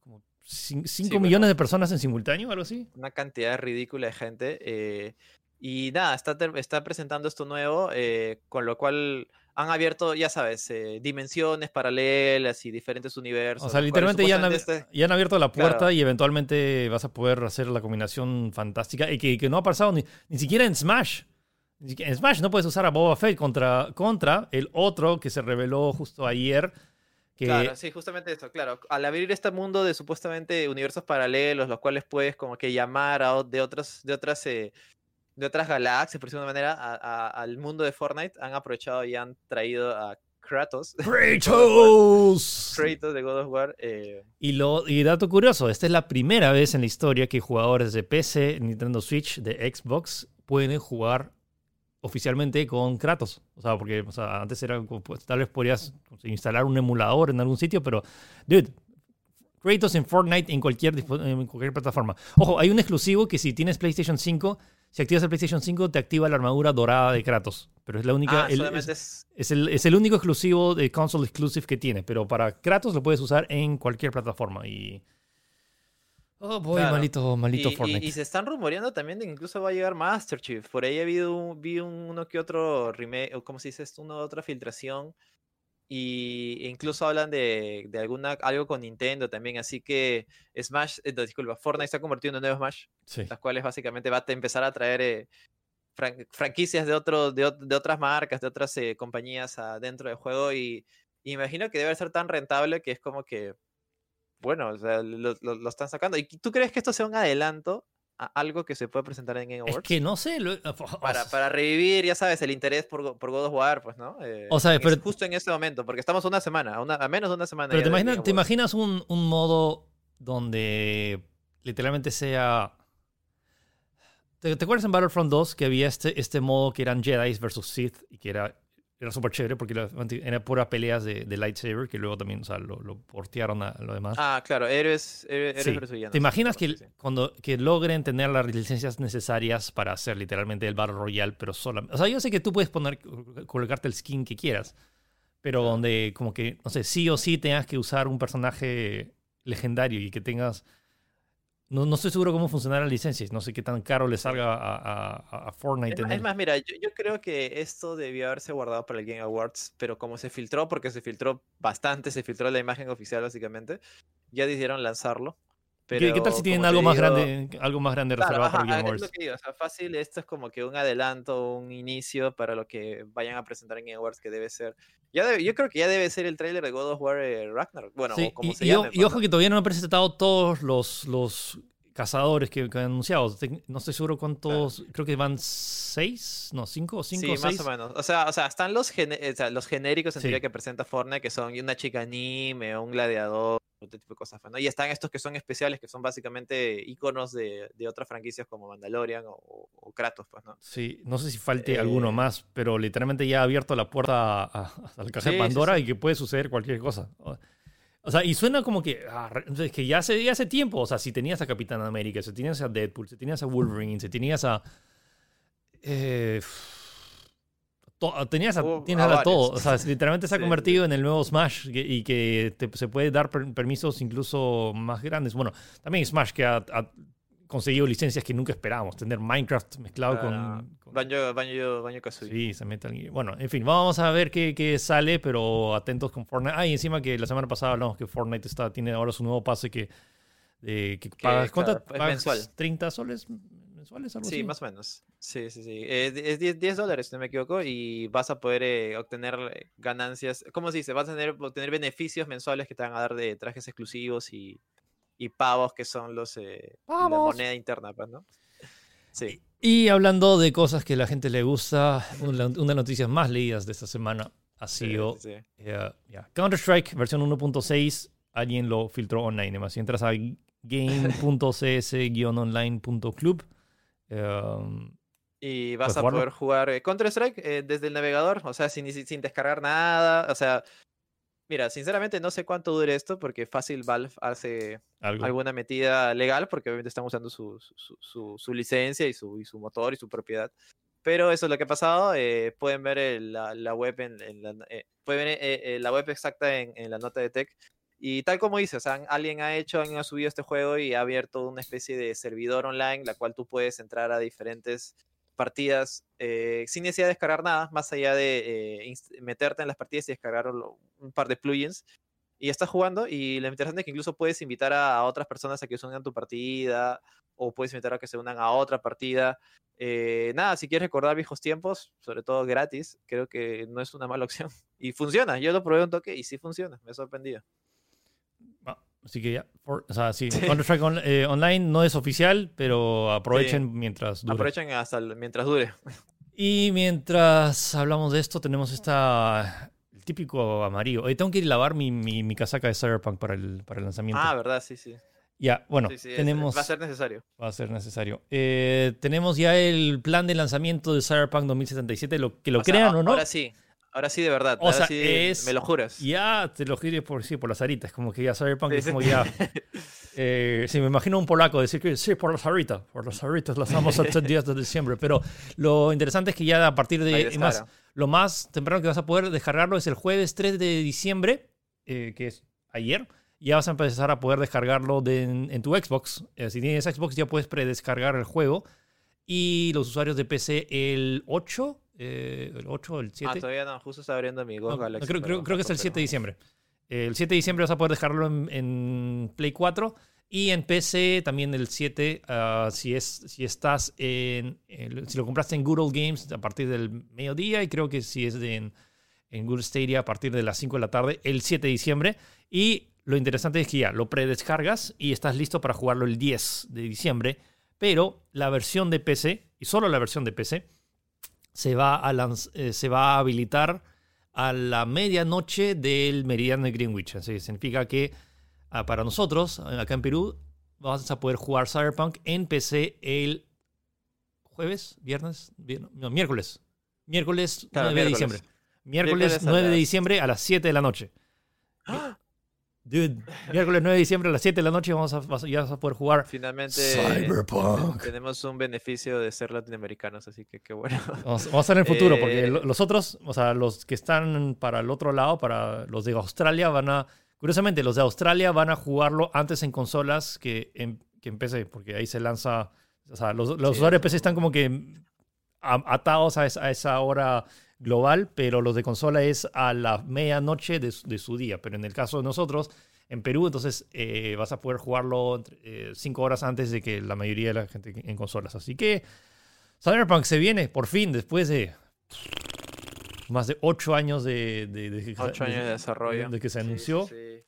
5 millones de personas en simultáneo, algo así. Una cantidad ridícula de gente. Y nada, está presentando esto nuevo, con lo cual han abierto, ya sabes, dimensiones paralelas y diferentes universos. O sea, literalmente ya han abierto la puerta y eventualmente vas a poder hacer la combinación fantástica y que no ha pasado ni siquiera en Smash. En Smash no puedes usar a Boba Fett contra el otro que se reveló justo ayer. Claro, sí, justamente eso, claro. Al abrir este mundo de supuestamente universos paralelos, los cuales puedes como que llamar de otras galaxias, por decirlo de una manera, al mundo de Fortnite, han aprovechado y han traído a Kratos. ¡Kratos! Kratos de God of War. Y dato curioso, esta es la primera vez en la historia que jugadores de PC, Nintendo Switch, de Xbox, pueden jugar oficialmente con Kratos. O sea, porque antes era pues, tal vez podrías instalar un emulador en algún sitio, pero dude, Kratos en Fortnite en cualquier plataforma. Ojo, hay un exclusivo que si tienes PlayStation 5, si activas el PlayStation 5 te activa la armadura dorada de Kratos, pero es la única es el único exclusivo de console exclusive que tiene, pero para Kratos lo puedes usar en cualquier plataforma y oh boy, claro. malito Fortnite. Y se están rumoreando también de que incluso va a llegar Master Chief. Por ahí vi uno que otro remake, o como se dice, otra filtración. Y incluso hablan de algo con Nintendo también. Así que Fortnite se ha convertido en un nuevo Smash. Sí. Las cuales básicamente va a empezar a traer franquicias de otras marcas, de otras compañías dentro del juego. Y imagino que debe ser tan rentable que es como que bueno, o sea, lo están sacando. ¿Y tú crees que esto sea un adelanto a algo que se puede presentar en Game Awards? Es que no sé. Para revivir, ya sabes, el interés por God of War, pues, ¿no? Pero, justo en este momento, porque estamos a menos de una semana. Pero te imaginas un modo donde literalmente sea... ¿Te acuerdas en Battlefront 2 que había este modo que eran Jedi versus Sith y que era súper chévere porque era puras peleas de lightsaber que luego también lo portearon a lo demás? Ah, claro, héroes sí. versus villanos. ¿Te imaginas que logren tener las licencias necesarias para hacer literalmente el Battle Royale, pero solamente... O sea, yo sé que tú puedes colocarte el skin que quieras, pero donde como que, no sé, sí o sí tengas que usar un personaje legendario y que tengas... No estoy seguro cómo funcionarán las licencias. No sé qué tan caro le salga a Fortnite. Es más, mira, yo creo que esto debió haberse guardado para el Game Awards, pero como se filtró, porque se filtró bastante, se filtró la imagen oficial básicamente, ya decidieron lanzarlo. Pero, ¿Qué tal si tienen algo más grande reservado para el Game Awards? Es lo que digo, o sea, fácil, esto es como que un adelanto, un inicio para lo que vayan a presentar en Game Awards, que debe ser... yo creo que ya debe ser el tráiler de God of War Ragnarok. Bueno, sí, o como se llame. Y ojo que todavía no han presentado todos los cazadores que han anunciado. No estoy seguro cuántos, creo que van 6, no, 5 o 5 sí, o 6. más o menos. O sea están los genéricos en teoría que presenta Fortnite, que son una chica anime, un gladiador, otro tipo de cosas, ¿no? Y están estos que son especiales, que son básicamente iconos de otras franquicias como Mandalorian o Kratos, pues, ¿no? Sí, no sé si falte alguno más, pero literalmente ya ha abierto la puerta al caja de Pandora y que puede suceder cualquier cosa. O sea, y suena como que, es que ya hace tiempo, o sea, si tenías a Capitán América, si tenías a Deadpool, si tenías a Wolverine, si tenías a... tienes a todo. O sea, literalmente se ha convertido en el nuevo Smash y que se puede dar permisos incluso más grandes. Bueno, también Smash que ha conseguido licencias que nunca esperábamos. Tener Minecraft mezclado con Banjo-Kazooie. Sí, se mete alguien. Bueno, en fin, vamos a ver qué sale, pero atentos con Fortnite. Y encima que la semana pasada hablamos que Fortnite tiene ahora su nuevo pase que pagas, ¿cuánto? Pagas mensual. $30 mensuales, algo así. Sí, más o menos. Sí. Es $10, si no me equivoco, y vas a poder obtener ganancias. ¿Cómo se dice? Vas a obtener beneficios mensuales que te van a dar de trajes exclusivos y y pavos, que son la ¡Vamos! moneda interna, pues, ¿no? Sí. Y hablando de cosas que a la gente le gusta, una de las noticias más leídas de esta semana ha sido Counter-Strike versión 1.6. Alguien lo filtró online. Además, si entras a game.cs-online.club, y vas a poder jugar Counter-Strike desde el navegador, o sea, sin descargar nada. O sea, mira, sinceramente no sé cuánto dure esto, porque fácil Valve hace alguna metida legal, porque obviamente están usando su licencia y su motor y su propiedad. Pero eso es lo que ha pasado. Pueden ver la web pueden ver la web exacta en la nota de tech. Y tal como dices, alguien ha subido este juego y ha abierto una especie de servidor online, la cual tú puedes entrar a diferentes partidas sin necesidad de descargar nada, más allá de meterte en las partidas y descargar un par de plugins. Y estás jugando, y lo interesante es que incluso puedes invitar a otras personas a que se unan a tu partida, o puedes invitar a que se unan a otra partida. Nada, si quieres recordar viejos tiempos, sobre todo gratis, creo que no es una mala opción. Y funciona, yo lo probé un toque y sí funciona, me ha sorprendido. Así que ya, sí, Counter-Strike Online no es oficial, pero aprovechen mientras dure. Aprovechen mientras dure. Y mientras hablamos de esto, tenemos el típico amarillo. Hoy tengo que ir a lavar mi casaca de Cyberpunk para el lanzamiento. Ah, verdad, sí. Ya, bueno, va a ser necesario. Va a ser necesario. Tenemos ya el plan de lanzamiento de Cyberpunk 2077, lo crean o no. Ahora sí, de verdad. O sea, me lo juras. Ya te lo juro por las aritas. Como que ya Cyberpunk es como ya... sí, me imagino un polaco decir que sí, por las aritas. Por las aritas las damos hasta el 10 de diciembre. Pero lo interesante es que ya a partir de... lo más temprano que vas a poder descargarlo es el jueves 3 de diciembre, que es ayer. Ya vas a empezar a poder descargarlo en tu Xbox. Si tienes Xbox ya puedes predescargar el juego. Y los usuarios de PC el 8... el 8 o el 7. Todavía no, justo está abriendo mi Go Galaxy. Creo que es el 7 de diciembre. El 7 de diciembre vas a poder dejarlo en Play 4 y en PC también el 7. Si estás si lo compraste en Google Games a partir del mediodía, y creo que si es en Google Stadia a partir de las 5 de la tarde, el 7 de diciembre. Y lo interesante es que ya lo predescargas y estás listo para jugarlo el 10 de diciembre. Pero la versión de PC, y solo la versión de PC, se va a habilitar a la medianoche del meridiano de Greenwich. Así que significa que para nosotros, acá en Perú, vas a poder jugar Cyberpunk en PC el miércoles. Miércoles 9 de diciembre. Miércoles 9 de diciembre a las 7 de la noche. ¡Ah! Dude, miércoles 9 de diciembre a las 7 de la noche ya vas a poder jugar finalmente Cyberpunk. Tenemos un beneficio de ser latinoamericanos, así que qué bueno. Vamos a estar en el futuro, porque los otros, o sea, los que están para el otro lado, para los de Australia, curiosamente, los de Australia van a jugarlo antes en consolas que en PC, porque ahí se lanza, o sea, los usuarios de PC están como que atados a esa hora global, pero los de consola es a la medianoche de su día. Pero en el caso de nosotros, en Perú, entonces vas a poder jugarlo 5 horas antes de que la mayoría de la gente en consolas. Así que Cyberpunk se viene, por fin, después de más de 8 años de 8 años de desarrollo. De que se anunció.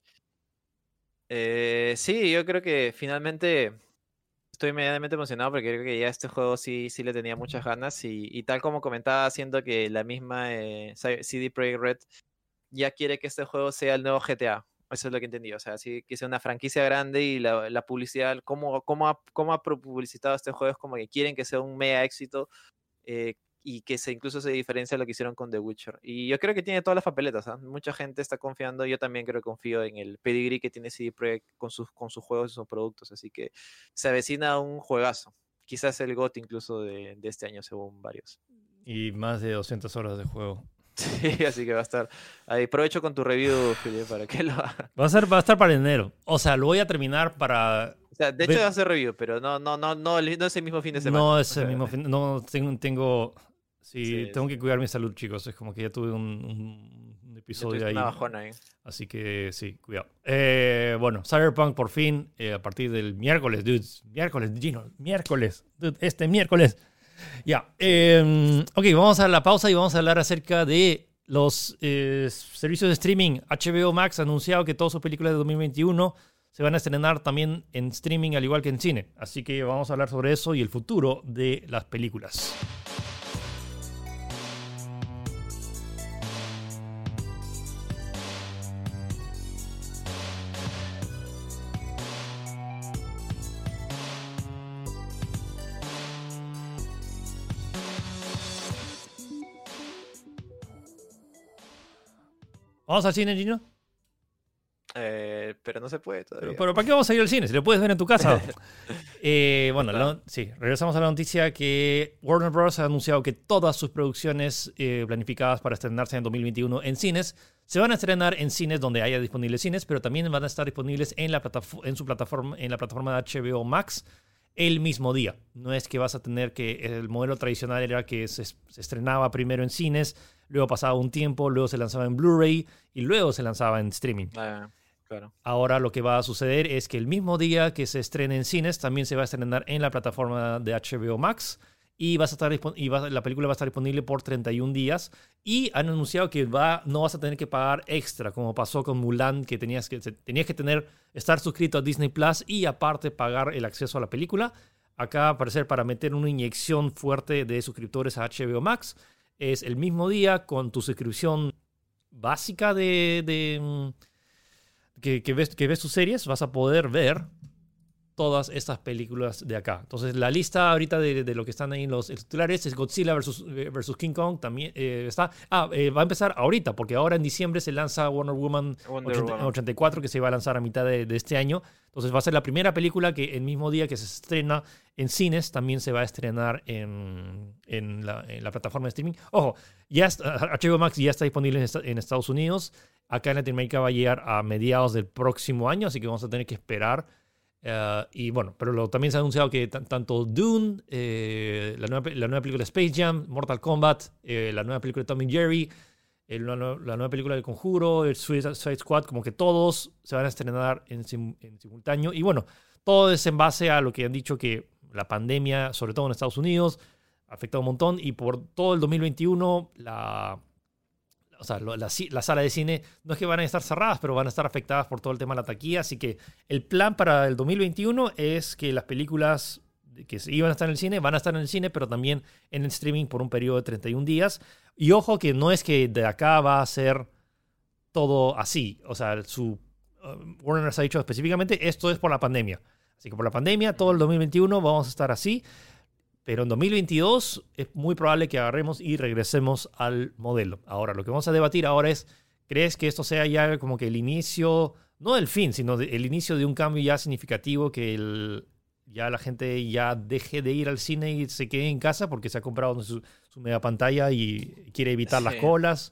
Sí, yo creo que finalmente estoy medianamente emocionado, porque creo que ya este juego sí le tenía muchas ganas, y tal como comentaba, siento que la misma CD Projekt Red ya quiere que este juego sea el nuevo GTA. Eso es lo que entendí. O sea, sí, que sea una franquicia grande, y la publicidad, cómo ha publicitado este juego, es como que quieren que sea un mega éxito, y que incluso se diferencia de lo que hicieron con The Witcher. Y yo creo que tiene todas las papeletas, ¿eh? Mucha gente está confiando, yo también creo que confío en el pedigree que tiene CD Projekt con sus juegos y sus productos, así que se avecina un juegazo. Quizás el GOTY incluso de este año, según varios. Y más de 200 horas de juego. Sí, así que va a estar ahí. Aprovecho con tu review, Felipe, para que lo haga. Va a estar para enero. O sea, lo voy a terminar para... O sea, de hecho va a hacer review, pero no es el mismo fin de semana. No es el mismo fin. No, tengo... Sí, tengo que cuidar mi salud, chicos. Es como que ya tuve un episodio ahí. Una bajona ahí. Así que sí, cuidado. Bueno, Cyberpunk por fin, a partir del miércoles, dudes. Miércoles, Gino. Miércoles. Dude, este miércoles. Ya. Ok, vamos a la pausa y vamos a hablar acerca de los servicios de streaming. HBO Max ha anunciado que todas sus películas de 2021 se van a estrenar también en streaming al igual que en cine. Así que vamos a hablar sobre eso y el futuro de las películas. ¿Vamos al cine, Gino? Pero no se puede todavía. Pero ¿para qué vamos a ir al cine? Si lo puedes ver en tu casa. Bueno, sí, regresamos a la noticia que Warner Bros. Ha anunciado que todas sus producciones planificadas para estrenarse en 2021 en cines se van a estrenar en cines donde haya disponibles cines, pero también van a estar disponibles en la plataforma de HBO Max el mismo día. No es que vas a tener que... El modelo tradicional era que se estrenaba primero en cines, luego pasaba un tiempo, luego se lanzaba en Blu-ray y luego se lanzaba en streaming. Claro. Ahora lo que va a suceder es que el mismo día que se estrene en cines, también se va a estrenar en la plataforma de HBO Max y la película va a estar disponible por 31 días. Y han anunciado que no vas a tener que pagar extra, como pasó con Mulan, que tenías que estar suscrito a Disney Plus y aparte pagar el acceso a la película. Acá, al parecer, para meter una inyección fuerte de suscriptores a HBO Max, es el mismo día con tu suscripción básica que ves tus series, vas a poder ver todas estas películas de acá. Entonces, la lista ahorita de lo que están ahí en los titulares es Godzilla versus King Kong. También está. Va a empezar ahorita, porque ahora en diciembre se lanza Wonder Woman 84, que se va a lanzar a mitad de este año. Entonces, va a ser la primera película que el mismo día que se estrena en cines, también se va a estrenar en la plataforma de streaming. Ojo, HBO Max ya está disponible en Estados Unidos. Acá en Latinoamérica va a llegar a mediados del próximo año, así que vamos a tener que esperar. Y bueno, pero también se ha anunciado que tanto Dune, la nueva película de Space Jam, Mortal Kombat, la nueva película de Tom y Jerry, la nueva película del Conjuro, el Suicide Squad, como que todos se van a estrenar en simultáneo. Y bueno, todo es en base a lo que han dicho que la pandemia, sobre todo en Estados Unidos, ha afectado un montón. Y por todo el 2021, las salas de cine no es que van a estar cerradas, pero van a estar afectadas por todo el tema de la taquilla. Así que el plan para el 2021 es que las películas que iban a estar en el cine van a estar en el cine, pero también en el streaming por un periodo de 31 días. Y ojo que no es que de acá va a ser todo así. O sea, Warner nos ha dicho específicamente esto es por la pandemia. Así que por la pandemia, todo el 2021 vamos a estar así. Pero en 2022 es muy probable que agarremos y regresemos al modelo. Ahora, lo que vamos a debatir ahora es, ¿crees que esto sea ya como que el inicio, no del fin, sino el inicio de un cambio ya significativo, que ya la gente ya deje de ir al cine y se quede en casa porque se ha comprado su mega pantalla y quiere evitar las colas?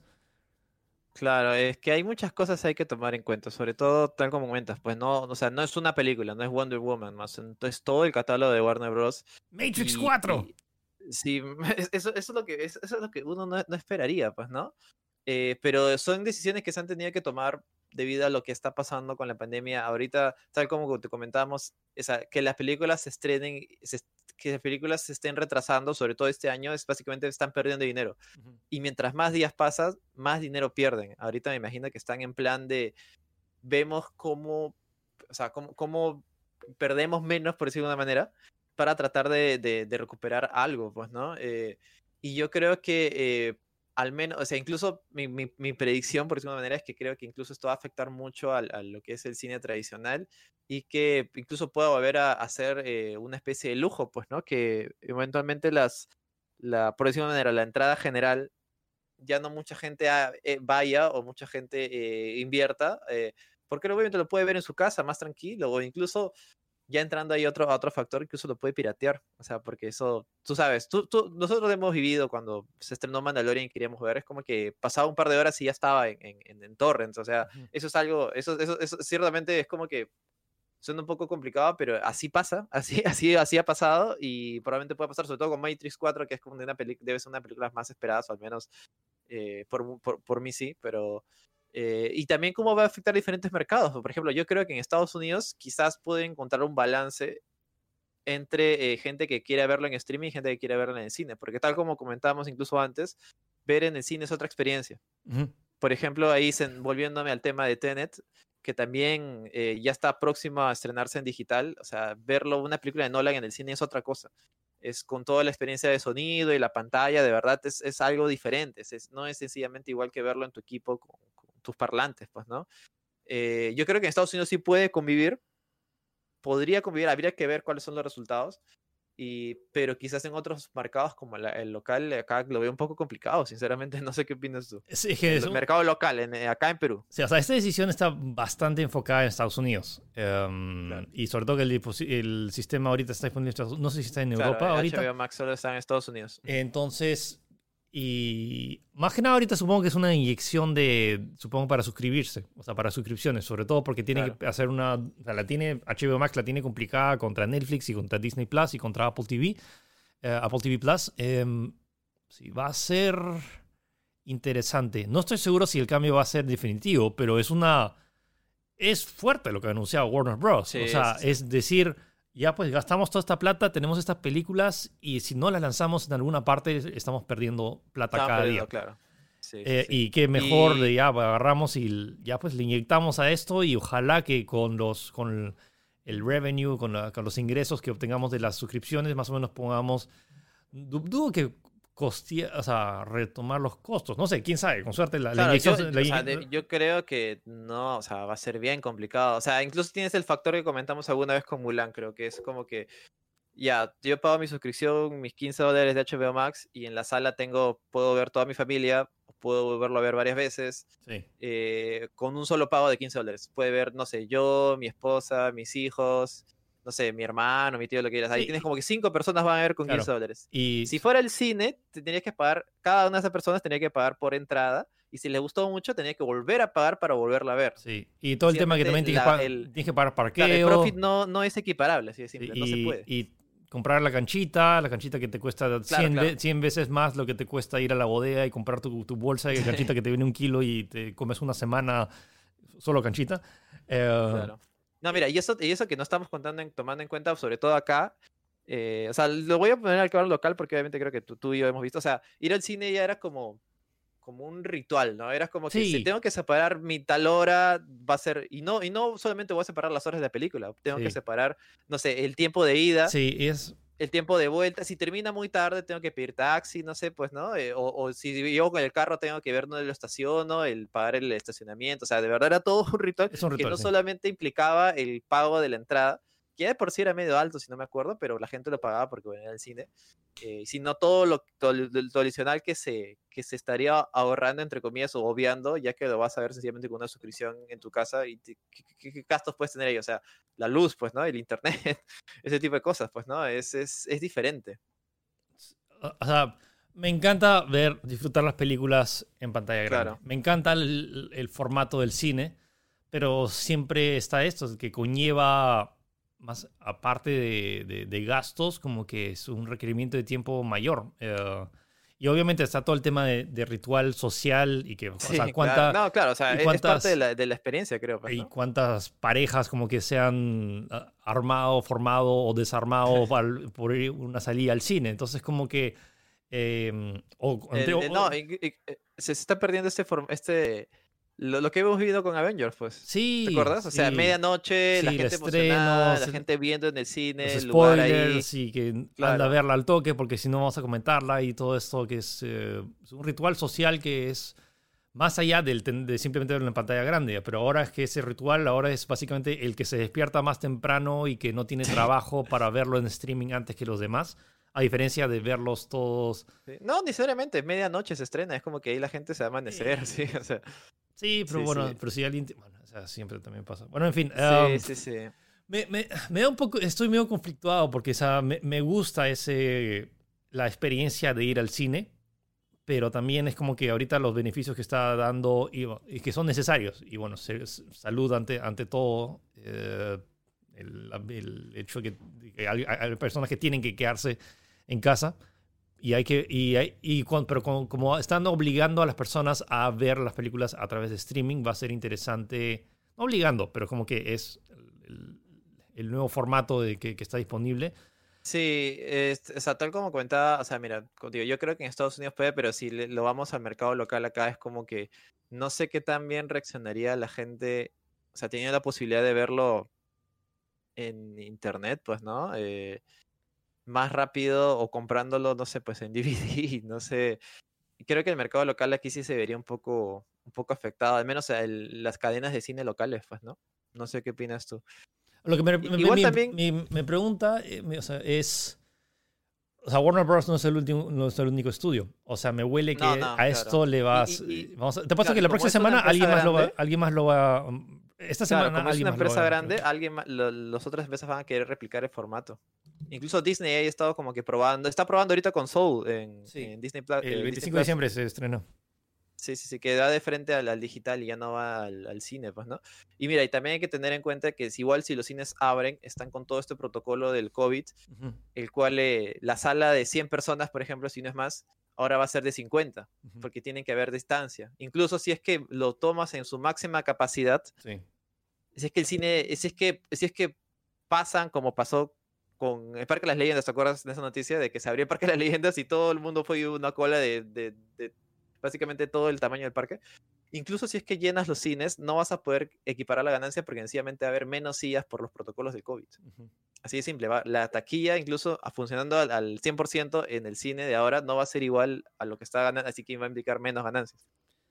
Claro, es que hay muchas cosas hay que tomar en cuenta, sobre todo tal como comentas, pues no, o sea, no es una película, no es Wonder Woman más, entonces todo el catálogo de Warner Bros. Matrix 4. Sí, eso es lo que uno no esperaría, pues, ¿no? Pero son decisiones que se han tenido que tomar debido a lo que está pasando con la pandemia. Ahorita, tal como te comentábamos, que las películas se estrenen, que las películas se estén retrasando, sobre todo este año, es básicamente están perdiendo dinero. Uh-huh. Y mientras más días pasan, más dinero pierden. Ahorita me imagino que están en plan de, vemos cómo, o sea, cómo perdemos menos, por decirlo de una manera, para tratar de recuperar algo, pues, ¿no? Y yo creo que al menos, o sea, incluso mi predicción, por decirlo de una manera, es que creo que incluso esto va a afectar mucho a lo que es el cine tradicional y que incluso pueda volver a hacer una especie de lujo, pues, ¿no? Que eventualmente por decirlo de una manera, la entrada general, ya no mucha gente vaya o mucha gente invierta, porque obviamente lo puede ver en su casa más tranquilo o incluso ya entrando ahí a otro factor, incluso lo puede piratear. O sea, porque eso, tú sabes, nosotros hemos vivido cuando se estrenó Mandalorian y queríamos ver, es como que pasaba un par de horas y ya estaba en torrents. O sea, eso es algo, eso ciertamente es como que suena un poco complicado, pero así pasa, así ha pasado y probablemente pueda pasar, sobre todo con Matrix 4, que es como debe ser una de las películas más esperadas, o al menos por mí sí, pero... y también cómo va a afectar a diferentes mercados. Por ejemplo, yo creo que en Estados Unidos quizás puede encontrar un balance entre gente que quiere verlo en streaming y gente que quiere verlo en el cine, porque tal como comentábamos incluso antes, ver en el cine es otra experiencia. Uh-huh. Por ejemplo, ahí volviéndome al tema de Tenet, que también ya está próximo a estrenarse en digital. O sea, verlo, una película de Nolan en el cine es otra cosa. Es con toda la experiencia de sonido y la pantalla, de verdad es algo diferente. No es sencillamente igual que verlo en tu equipo con tus parlantes, pues, ¿no? Yo creo que en Estados Unidos sí puede convivir, podría convivir, habría que ver cuáles son los resultados. Pero quizás en otros mercados como el local, acá lo veo un poco complicado, sinceramente. No sé qué opinas tú. Es que El mercado local, acá en Perú. sí, o sea, esta decisión está bastante enfocada en Estados Unidos. Claro. Y sobre todo que el sistema ahorita está disponible en Estados Unidos. No sé si está en Europa Claro, ahorita. HBO Max solo está en Estados Unidos. Entonces, y más que nada ahorita supongo que es una inyección supongo para suscribirse, o sea, para suscripciones, sobre todo porque tiene Claro. que hacer o sea, HBO Max la tiene complicada contra Netflix y contra Disney Plus y contra Apple TV, Apple TV Plus. Sí, va a ser interesante. No estoy seguro si el cambio va a ser definitivo, pero es fuerte lo que ha anunciado Warner Bros. Sí, O sea, sí. es decir, ya pues gastamos toda esta plata, tenemos estas películas y si no las lanzamos en alguna parte estamos perdiendo plata Estaban cada perdiendo, día. claro. Sí, sí, sí. Y qué mejor de Y ya agarramos y ya pues le inyectamos a esto y ojalá que con el revenue, con los ingresos que obtengamos de las suscripciones, más o menos pongamos, dudo que o sea, retomar los costos. No sé, quién sabe, con suerte la claro, inyección. o sea, yo creo que no, o sea, va a ser bien complicado. O sea, incluso tienes el factor que comentamos alguna vez con Mulan, creo que es como que ya, yo pago mi suscripción, mis $15 de HBO Max, y en la sala puedo ver toda mi familia, puedo volverlo a ver varias veces, Sí. con un solo pago de $15. Puede ver, no sé, yo, mi esposa, mis hijos, no sé, mi hermano, mi tío, lo que quieras. Ahí Sí, tienes como que 5 personas van a ver con claro. $15. Y Si fuera el cine, tendrías que pagar, cada una de esas personas tenía que pagar por entrada, y si les gustó mucho, tenía que volver a pagar para volverla a ver. sí, y todo el tema que Sencillamente, también tienes que pagar claro, el profit parqueo. no es equiparable, así de Sí, simple, no se puede. y comprar la canchita que te cuesta Claro, 100, claro. 100 veces más lo que te cuesta ir a la bodega y comprar tu bolsa de canchita que te viene 1 kilo y te comes una semana solo canchita. Claro. No, mira, y eso que no estamos tomando en cuenta, sobre todo acá, o sea, lo voy a poner al canal local porque obviamente creo que tú y yo hemos visto, o sea, ir al cine ya era como un ritual, ¿no? Era como que si Sí, tengo que separar mi tal hora, va a ser, y no solamente voy a separar las horas de la película, tengo que sí, separar, no sé, el tiempo de ida, sí, el tiempo de vuelta. Si termina muy tarde, tengo que pedir taxi, no sé, pues, ¿no? O si llego con el carro, tengo que ver dónde lo estaciono, el pagar el estacionamiento. O sea, de verdad era todo un ritual es un que ritual, no sí. implicaba implicaba el pago de la entrada, que ya de por sí era medio alto, si no me acuerdo, pero la gente lo pagaba porque venía al cine. Sino todo lo adicional que se estaría ahorrando, entre comillas, o obviando, ya que lo vas a ver sencillamente con una suscripción en tu casa. Y ¿qué gastos puedes tener ahí? O sea, la luz, pues, ¿no? El internet, ese tipo de cosas, pues, ¿no? Es diferente. O sea, me encanta disfrutar las películas en pantalla grande. Claro. Me encanta el formato del cine, pero siempre está esto, que conlleva más, aparte de gastos, como que es un requerimiento de tiempo mayor. Y obviamente está todo el tema de ritual social y que, o sea, Sí, claro. No, claro, o sea, y es parte de cuántas, la experiencia, creo, pues, y ¿no? cuántas parejas como que se han armado, formado o desarmado por ir una salida al cine. Entonces como que... No, se está perdiendo lo que hemos vivido con Avengers, pues. ¿Te sí, acuerdas? O sea, sí, medianoche, la sí, el gente estreno, emocionada, la gente viendo en el los cine, el lugar ahí. spoilers y que anda a Claro. verla al toque porque si no vamos a comentarla y todo esto que es un ritual social que es más allá de simplemente verlo en pantalla grande, pero ahora es que ese ritual ahora es básicamente el que se despierta más temprano y que no tiene trabajo para verlo en streaming antes que los demás, a diferencia de verlos todos. Sí. No, necesariamente, medianoche se estrena, es como que ahí la gente se va a amanecer, sí, o sea, Sí, pero sí, bueno, sí. pero si alguien... Bueno, o sea, siempre también pasa. Bueno, en fin. Sí, sí, sí. Me da un poco... Estoy medio conflictuado porque o sea, me gusta la experiencia de ir al cine, pero también es como que ahorita los beneficios que está dando y que son necesarios. Y bueno, salud ante todo. El hecho que hay personas que tienen que quedarse en casa. Y hay que, pero como están obligando a las personas a ver las películas a través de streaming, va a ser interesante, no obligando, pero como que es el nuevo formato que está disponible. Sí, o sea, tal como comentaba, o sea, mira, contigo, yo creo que en Estados Unidos puede, pero si lo vamos al mercado local acá es como que no sé qué tan bien reaccionaría la gente o sea, teniendo la posibilidad de verlo en internet, pues, ¿no? Más rápido o comprándolo, no sé, pues en DVD, no sé. Creo que el mercado local aquí sí se vería un poco afectado, al menos las cadenas de cine locales, pues, ¿no? No sé qué opinas tú. Lo que Igual también, me pregunta o sea, es... O sea, Warner Bros. No es el último, no es el único estudio. O sea, me huele no, que no, a claro. esto le vas... Y te pasa claro, que y la como próxima es una semana empresa grande, alguien más lo va... Esta claro, semana como es alguien una más lo empresa va a grande, implementar. los otras empresas van a querer replicar el formato. Incluso Disney ha estado como que probando, está probando ahorita con Soul Sí. en El Disney 25 de Plus. diciembre se estrenó. Sí, sí, sí, que da de frente al digital y ya no va al cine, pues, ¿no? Y mira, y también hay que tener en cuenta que igual si los cines abren, están con todo este protocolo del COVID, Ujú, el cual la sala de 100 personas, por ejemplo, si no es más, ahora va a ser de 50, ujú. porque tienen que haber distancia. Incluso si es que lo tomas en su máxima capacidad, Sí. si es que el cine, si es que pasan como pasó con el Parque de las Leyendas, ¿te acuerdas de esa noticia? De que se abrió el Parque de las Leyendas y todo el mundo fue una cola de básicamente todo el tamaño del parque. Incluso si es que llenas los cines, no vas a poder equiparar la ganancia porque sencillamente va a haber menos sillas por los protocolos del COVID. Ujú. Así de simple, la taquilla incluso funcionando al 100% en el cine de ahora no va a ser igual a lo que está ganando, así que va a implicar menos ganancias.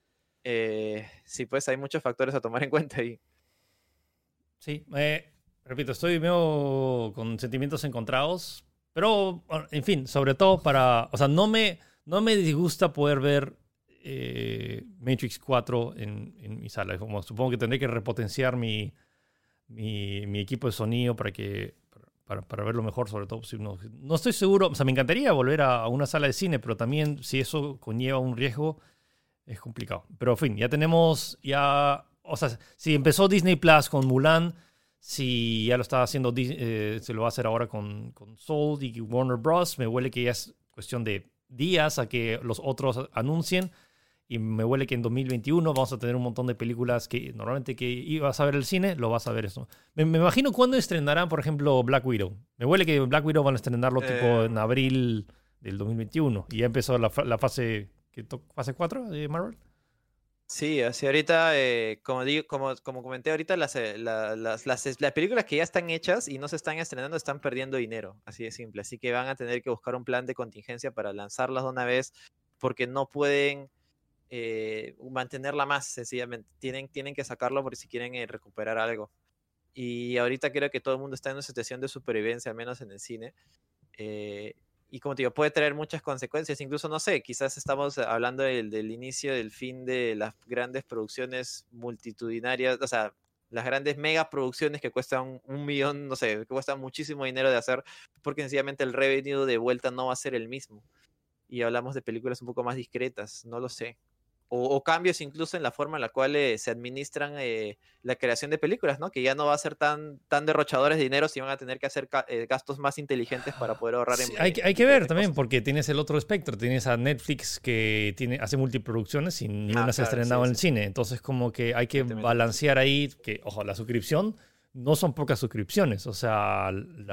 Sí, pues hay muchos factores a tomar en cuenta ahí. Sí, repito, estoy medio con sentimientos encontrados, pero bueno, en fin, sobre todo para, o sea, no me disgusta poder ver Matrix 4 en mi sala. Como supongo que tendré que repotenciar mi equipo de sonido para verlo mejor, sobre todo si no estoy seguro, o sea, me encantaría volver a una sala de cine, pero también si eso conlleva un riesgo, es complicado. Pero en fin, ya tenemos, o sea, si empezó Disney Plus con Mulan, si ya lo está haciendo, se lo va a hacer ahora con Soul y Warner Bros., me huele que ya es cuestión de días a que los otros anuncien. Y me huele que en 2021 vamos a tener un montón de películas que normalmente que ibas a ver el cine, lo vas a ver eso. Me imagino cuándo estrenarán, por ejemplo, Black Widow. Me huele que Black Widow van a estrenarlo tipo en Eh, abril del 2021. Y ya empezó la fase, fase 4 de Marvel. Sí, así ahorita, como digo, como comenté ahorita, las películas que ya están hechas y no se están estrenando están perdiendo dinero, así de simple. Así que van a tener que buscar un plan de contingencia para lanzarlas de una vez, porque no pueden mantenerla más, sencillamente. Tienen que sacarlo porque si quieren recuperar algo. Y ahorita creo que todo el mundo está en una situación de supervivencia, al menos en el cine. eh, y como te digo, puede traer muchas consecuencias. Incluso, no sé, quizás estamos hablando del inicio, del fin de las grandes producciones multitudinarias, o sea, las grandes mega producciones que cuestan 1 millón, no sé, que cuestan muchísimo dinero de hacer, porque sencillamente el revenue de vuelta no va a ser el mismo. Y hablamos de películas un poco más discretas, no lo sé. O cambios incluso en la forma en la cual se administran la creación de películas, ¿no? Que ya no va a ser tan derrochadores de dinero, si van a tener que hacer gastos más inteligentes para poder ahorrar Sí, hay en que ver diferentes también, cosas. porque tienes el otro espectro. Tienes a Netflix que hace multiproducciones y ni Ah, una se ha claro, estrenado sí, en el sí, cine. Entonces, como que hay que evidentemente. balancear ahí que, ojo, la suscripción no son pocas suscripciones. O sea,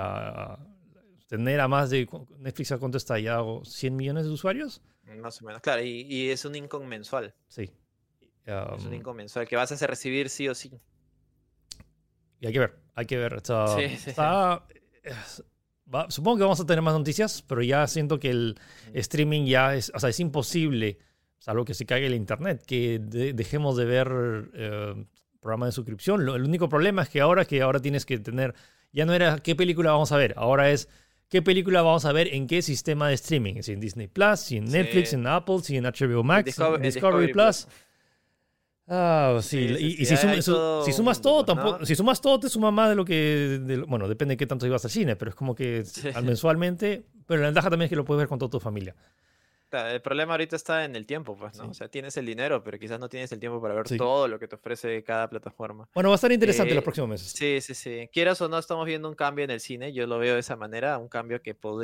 tener a más de. Netflix, ¿a cuánto está ya? ¿100 millones de usuarios? Más o menos. Claro, y es un income mensual. Sí. Es un Um, income mensual que vas a hacer recibir sí o sí. y hay que ver, hay que ver. Sí, sí, sí. Supongo que vamos a tener más noticias, pero ya siento que el streaming ya es, o sea, es imposible, salvo que se caiga el internet, que dejemos de ver programas de suscripción. El único problema es que ahora tienes que tener, ya no era qué película vamos a ver, ahora es qué película vamos a ver en qué sistema de streaming, si en Disney Plus, si en Sí. Netflix, en Apple, si en HBO En Max, en Discovery Discovery Plus. Plus. Ah, sí, Sí, sí, y sí. si, Hay si todo un sumas mundo, todo, pues, tampoco, ¿no? si sumas todo, te suma más de lo que, bueno, depende de qué tanto ibas al cine, pero es como que Sí. al mensualmente, pero la ventaja también es que lo puedes ver con toda tu familia. Claro, el problema ahorita está en el tiempo, pues, ¿no? O Sí, sea, tienes el dinero, pero quizás no tienes el tiempo para ver sí. todo lo que te ofrece cada plataforma. Bueno, va a estar interesante los Eh, próximos meses. sí, sí, sí. Quieras o no, estamos viendo un cambio en el cine. Yo lo veo de esa manera, un cambio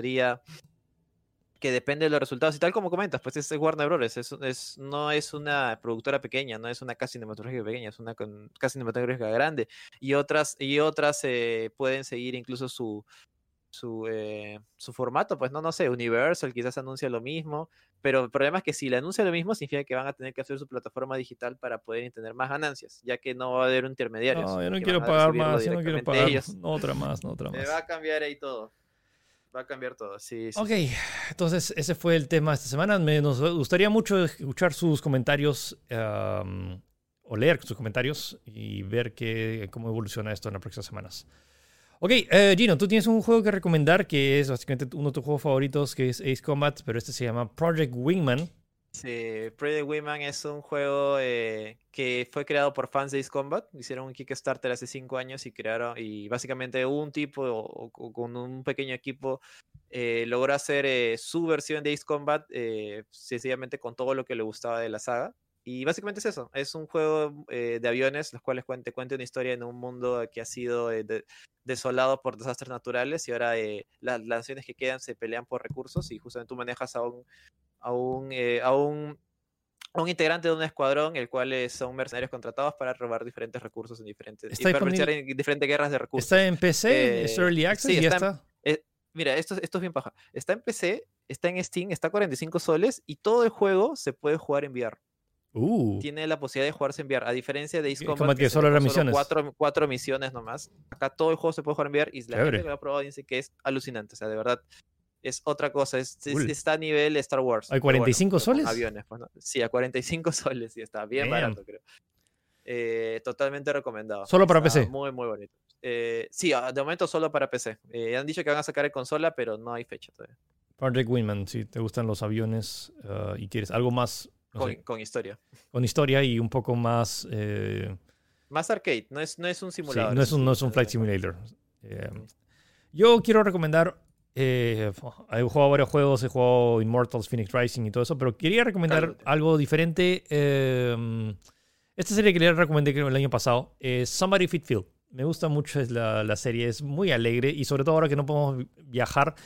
que depende de los resultados. Y tal como comentas, pues es Warner Bros. No es una productora pequeña, no es una casa cinematográfica pequeña, es una casa cinematográfica grande. Y otras pueden seguir incluso su formato, pues no sé, Universal quizás anuncia lo mismo, pero el problema es que si le anuncia lo mismo significa que van a tener que hacer su plataforma digital para poder tener más ganancias, ya que no va a haber intermediarios. No, yo no que quiero van a pagar recibirlo más, yo no quiero directamente pagar ellos. no, otra más, no otra más. Va a cambiar ahí todo. Va a cambiar todo, sí. Ok, entonces ese fue el tema de esta semana. Nos gustaría mucho escuchar sus comentarios o leer sus comentarios y ver cómo evoluciona esto en las próximas semanas. Ok, Gino, tú tienes un juego que recomendar que es básicamente uno de tus juegos favoritos, que es Ace Combat, pero este se llama Project Wingman. Sí, Project Wingman es un juego que fue creado por fans de Ace Combat. Hicieron un Kickstarter hace 5 años y básicamente un tipo o con un pequeño equipo logró hacer su versión de Ace Combat sencillamente con todo lo que le gustaba de la saga. Y básicamente es eso, es un juego de aviones, los cuales te cuenta una historia en un mundo que ha sido desolado por desastres naturales y ahora las naciones que quedan se pelean por recursos y justamente tú manejas a un integrante de un escuadrón, el cual son mercenarios contratados para robar diferentes recursos en diferentes guerras de recursos. ¿Está en PC? ¿Es Early Access? Sí, ¿Ya está? Mira, esto es bien paja. Está en PC, está en Steam, está a 45 soles y todo el juego se puede jugar en VR. Tiene la posibilidad de jugarse en VR, a diferencia de Ace Combat, que solo eran misiones. Cuatro misiones nomás. Acá todo el juego se puede jugar en VR y la gente que lo ha probado dice que es alucinante. O sea, de verdad, es otra cosa. Está a nivel Star Wars. ¿Hay 45 soles? Aviones, pues, ¿no? Sí, a 45 soles y está bien barato, creo. Totalmente recomendado. ¿Solo para PC? Muy, muy bonito. Sí, de momento solo para PC. Han dicho que van a sacar en consola, pero no hay fecha todavía. Project Wingman, si te gustan los aviones y quieres algo más... Con historia. Con historia y un poco más... Más arcade, no es un simulador. Sí, no es un flight simulator. Yo quiero recomendar... he jugado varios juegos, he jugado Immortals, Phoenix Rising y todo eso, pero quería recomendar algo diferente. Esta serie que les recomendé creo el año pasado es Somebody Feed Phil. Me gusta mucho la serie, es muy alegre y sobre todo ahora que no podemos viajar.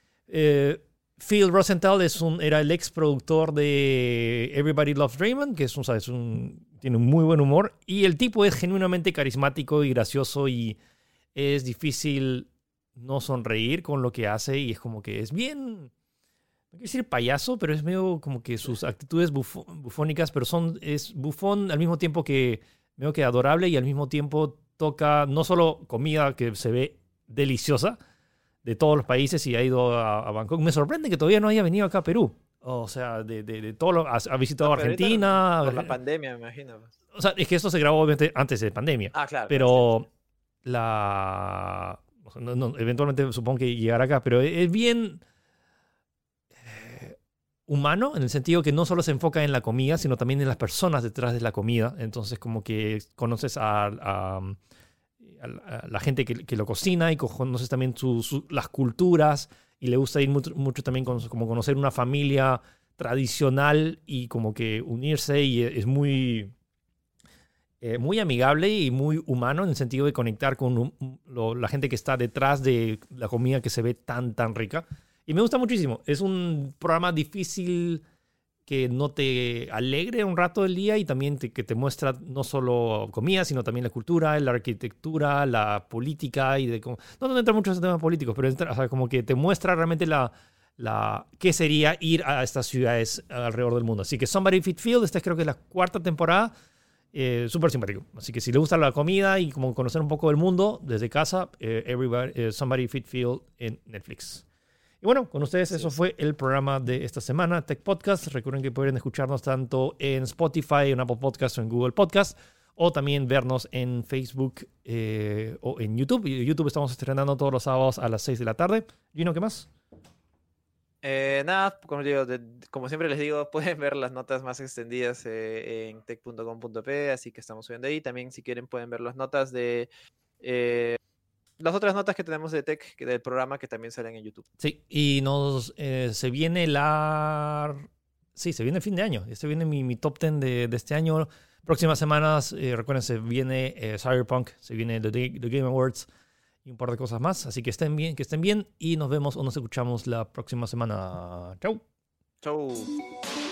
Phil Rosenthal era el ex productor de Everybody Loves Raymond, que tiene un muy buen humor. Y el tipo es genuinamente carismático y gracioso y es difícil no sonreír con lo que hace. Y es como que es bien, no quiero decir payaso, pero es medio como que sus actitudes bufónicas, pero es bufón al mismo tiempo que medio que adorable y al mismo tiempo toca no solo comida que se ve deliciosa, de todos los países y ha ido a Bangkok. Me sorprende que todavía no haya venido acá a Perú. O sea, de todo lo... Ha visitado Argentina. Por la pandemia, me imagino. O sea, es que esto se grabó obviamente antes de pandemia. Claro. Pero eventualmente supongo que llegará acá. Pero es bien humano en el sentido que no solo se enfoca en la comida, sino también en las personas detrás de la comida. Entonces como que conoces a la gente que lo cocina y conoces también las culturas y le gusta ir mucho también como conocer una familia tradicional y como que unirse y es muy amigable y muy humano en el sentido de conectar con la gente que está detrás de la comida que se ve tan rica y me gusta muchísimo. Es un programa difícil que no te alegre un rato del día y también que te muestra no solo comida, sino también la cultura, la arquitectura, la política y no entra mucho en temas políticos, pero o sea, como que te muestra realmente qué sería ir a estas ciudades alrededor del mundo. Así que Somebody Feed Phil, esta creo que es la 4ª temporada, súper simpático. Así que si le gusta la comida y como conocer un poco del mundo desde casa, Somebody Feed Phil en Netflix. Y bueno, con ustedes eso fue el programa de esta semana, Tech Podcast. Recuerden que pueden escucharnos tanto en Spotify, en Apple Podcasts o en Google Podcasts, o también vernos en Facebook o en YouTube. Y en YouTube estamos estrenando todos los sábados a las 6 de la tarde. Gino, ¿qué más? Nada, como siempre les digo, pueden ver las notas más extendidas en tech.com.p, así que estamos subiendo ahí. También si quieren pueden ver las notas de... las otras notas que tenemos de Tech, del programa, que también salen en YouTube. Sí, y se viene se viene el fin de año. Este viene mi top 10 de este año. Próximas semanas, recuerden, se viene Cyberpunk, se viene The Game Awards y un par de cosas más. Así que estén bien y nos vemos o nos escuchamos la próxima semana. Chau. Chau.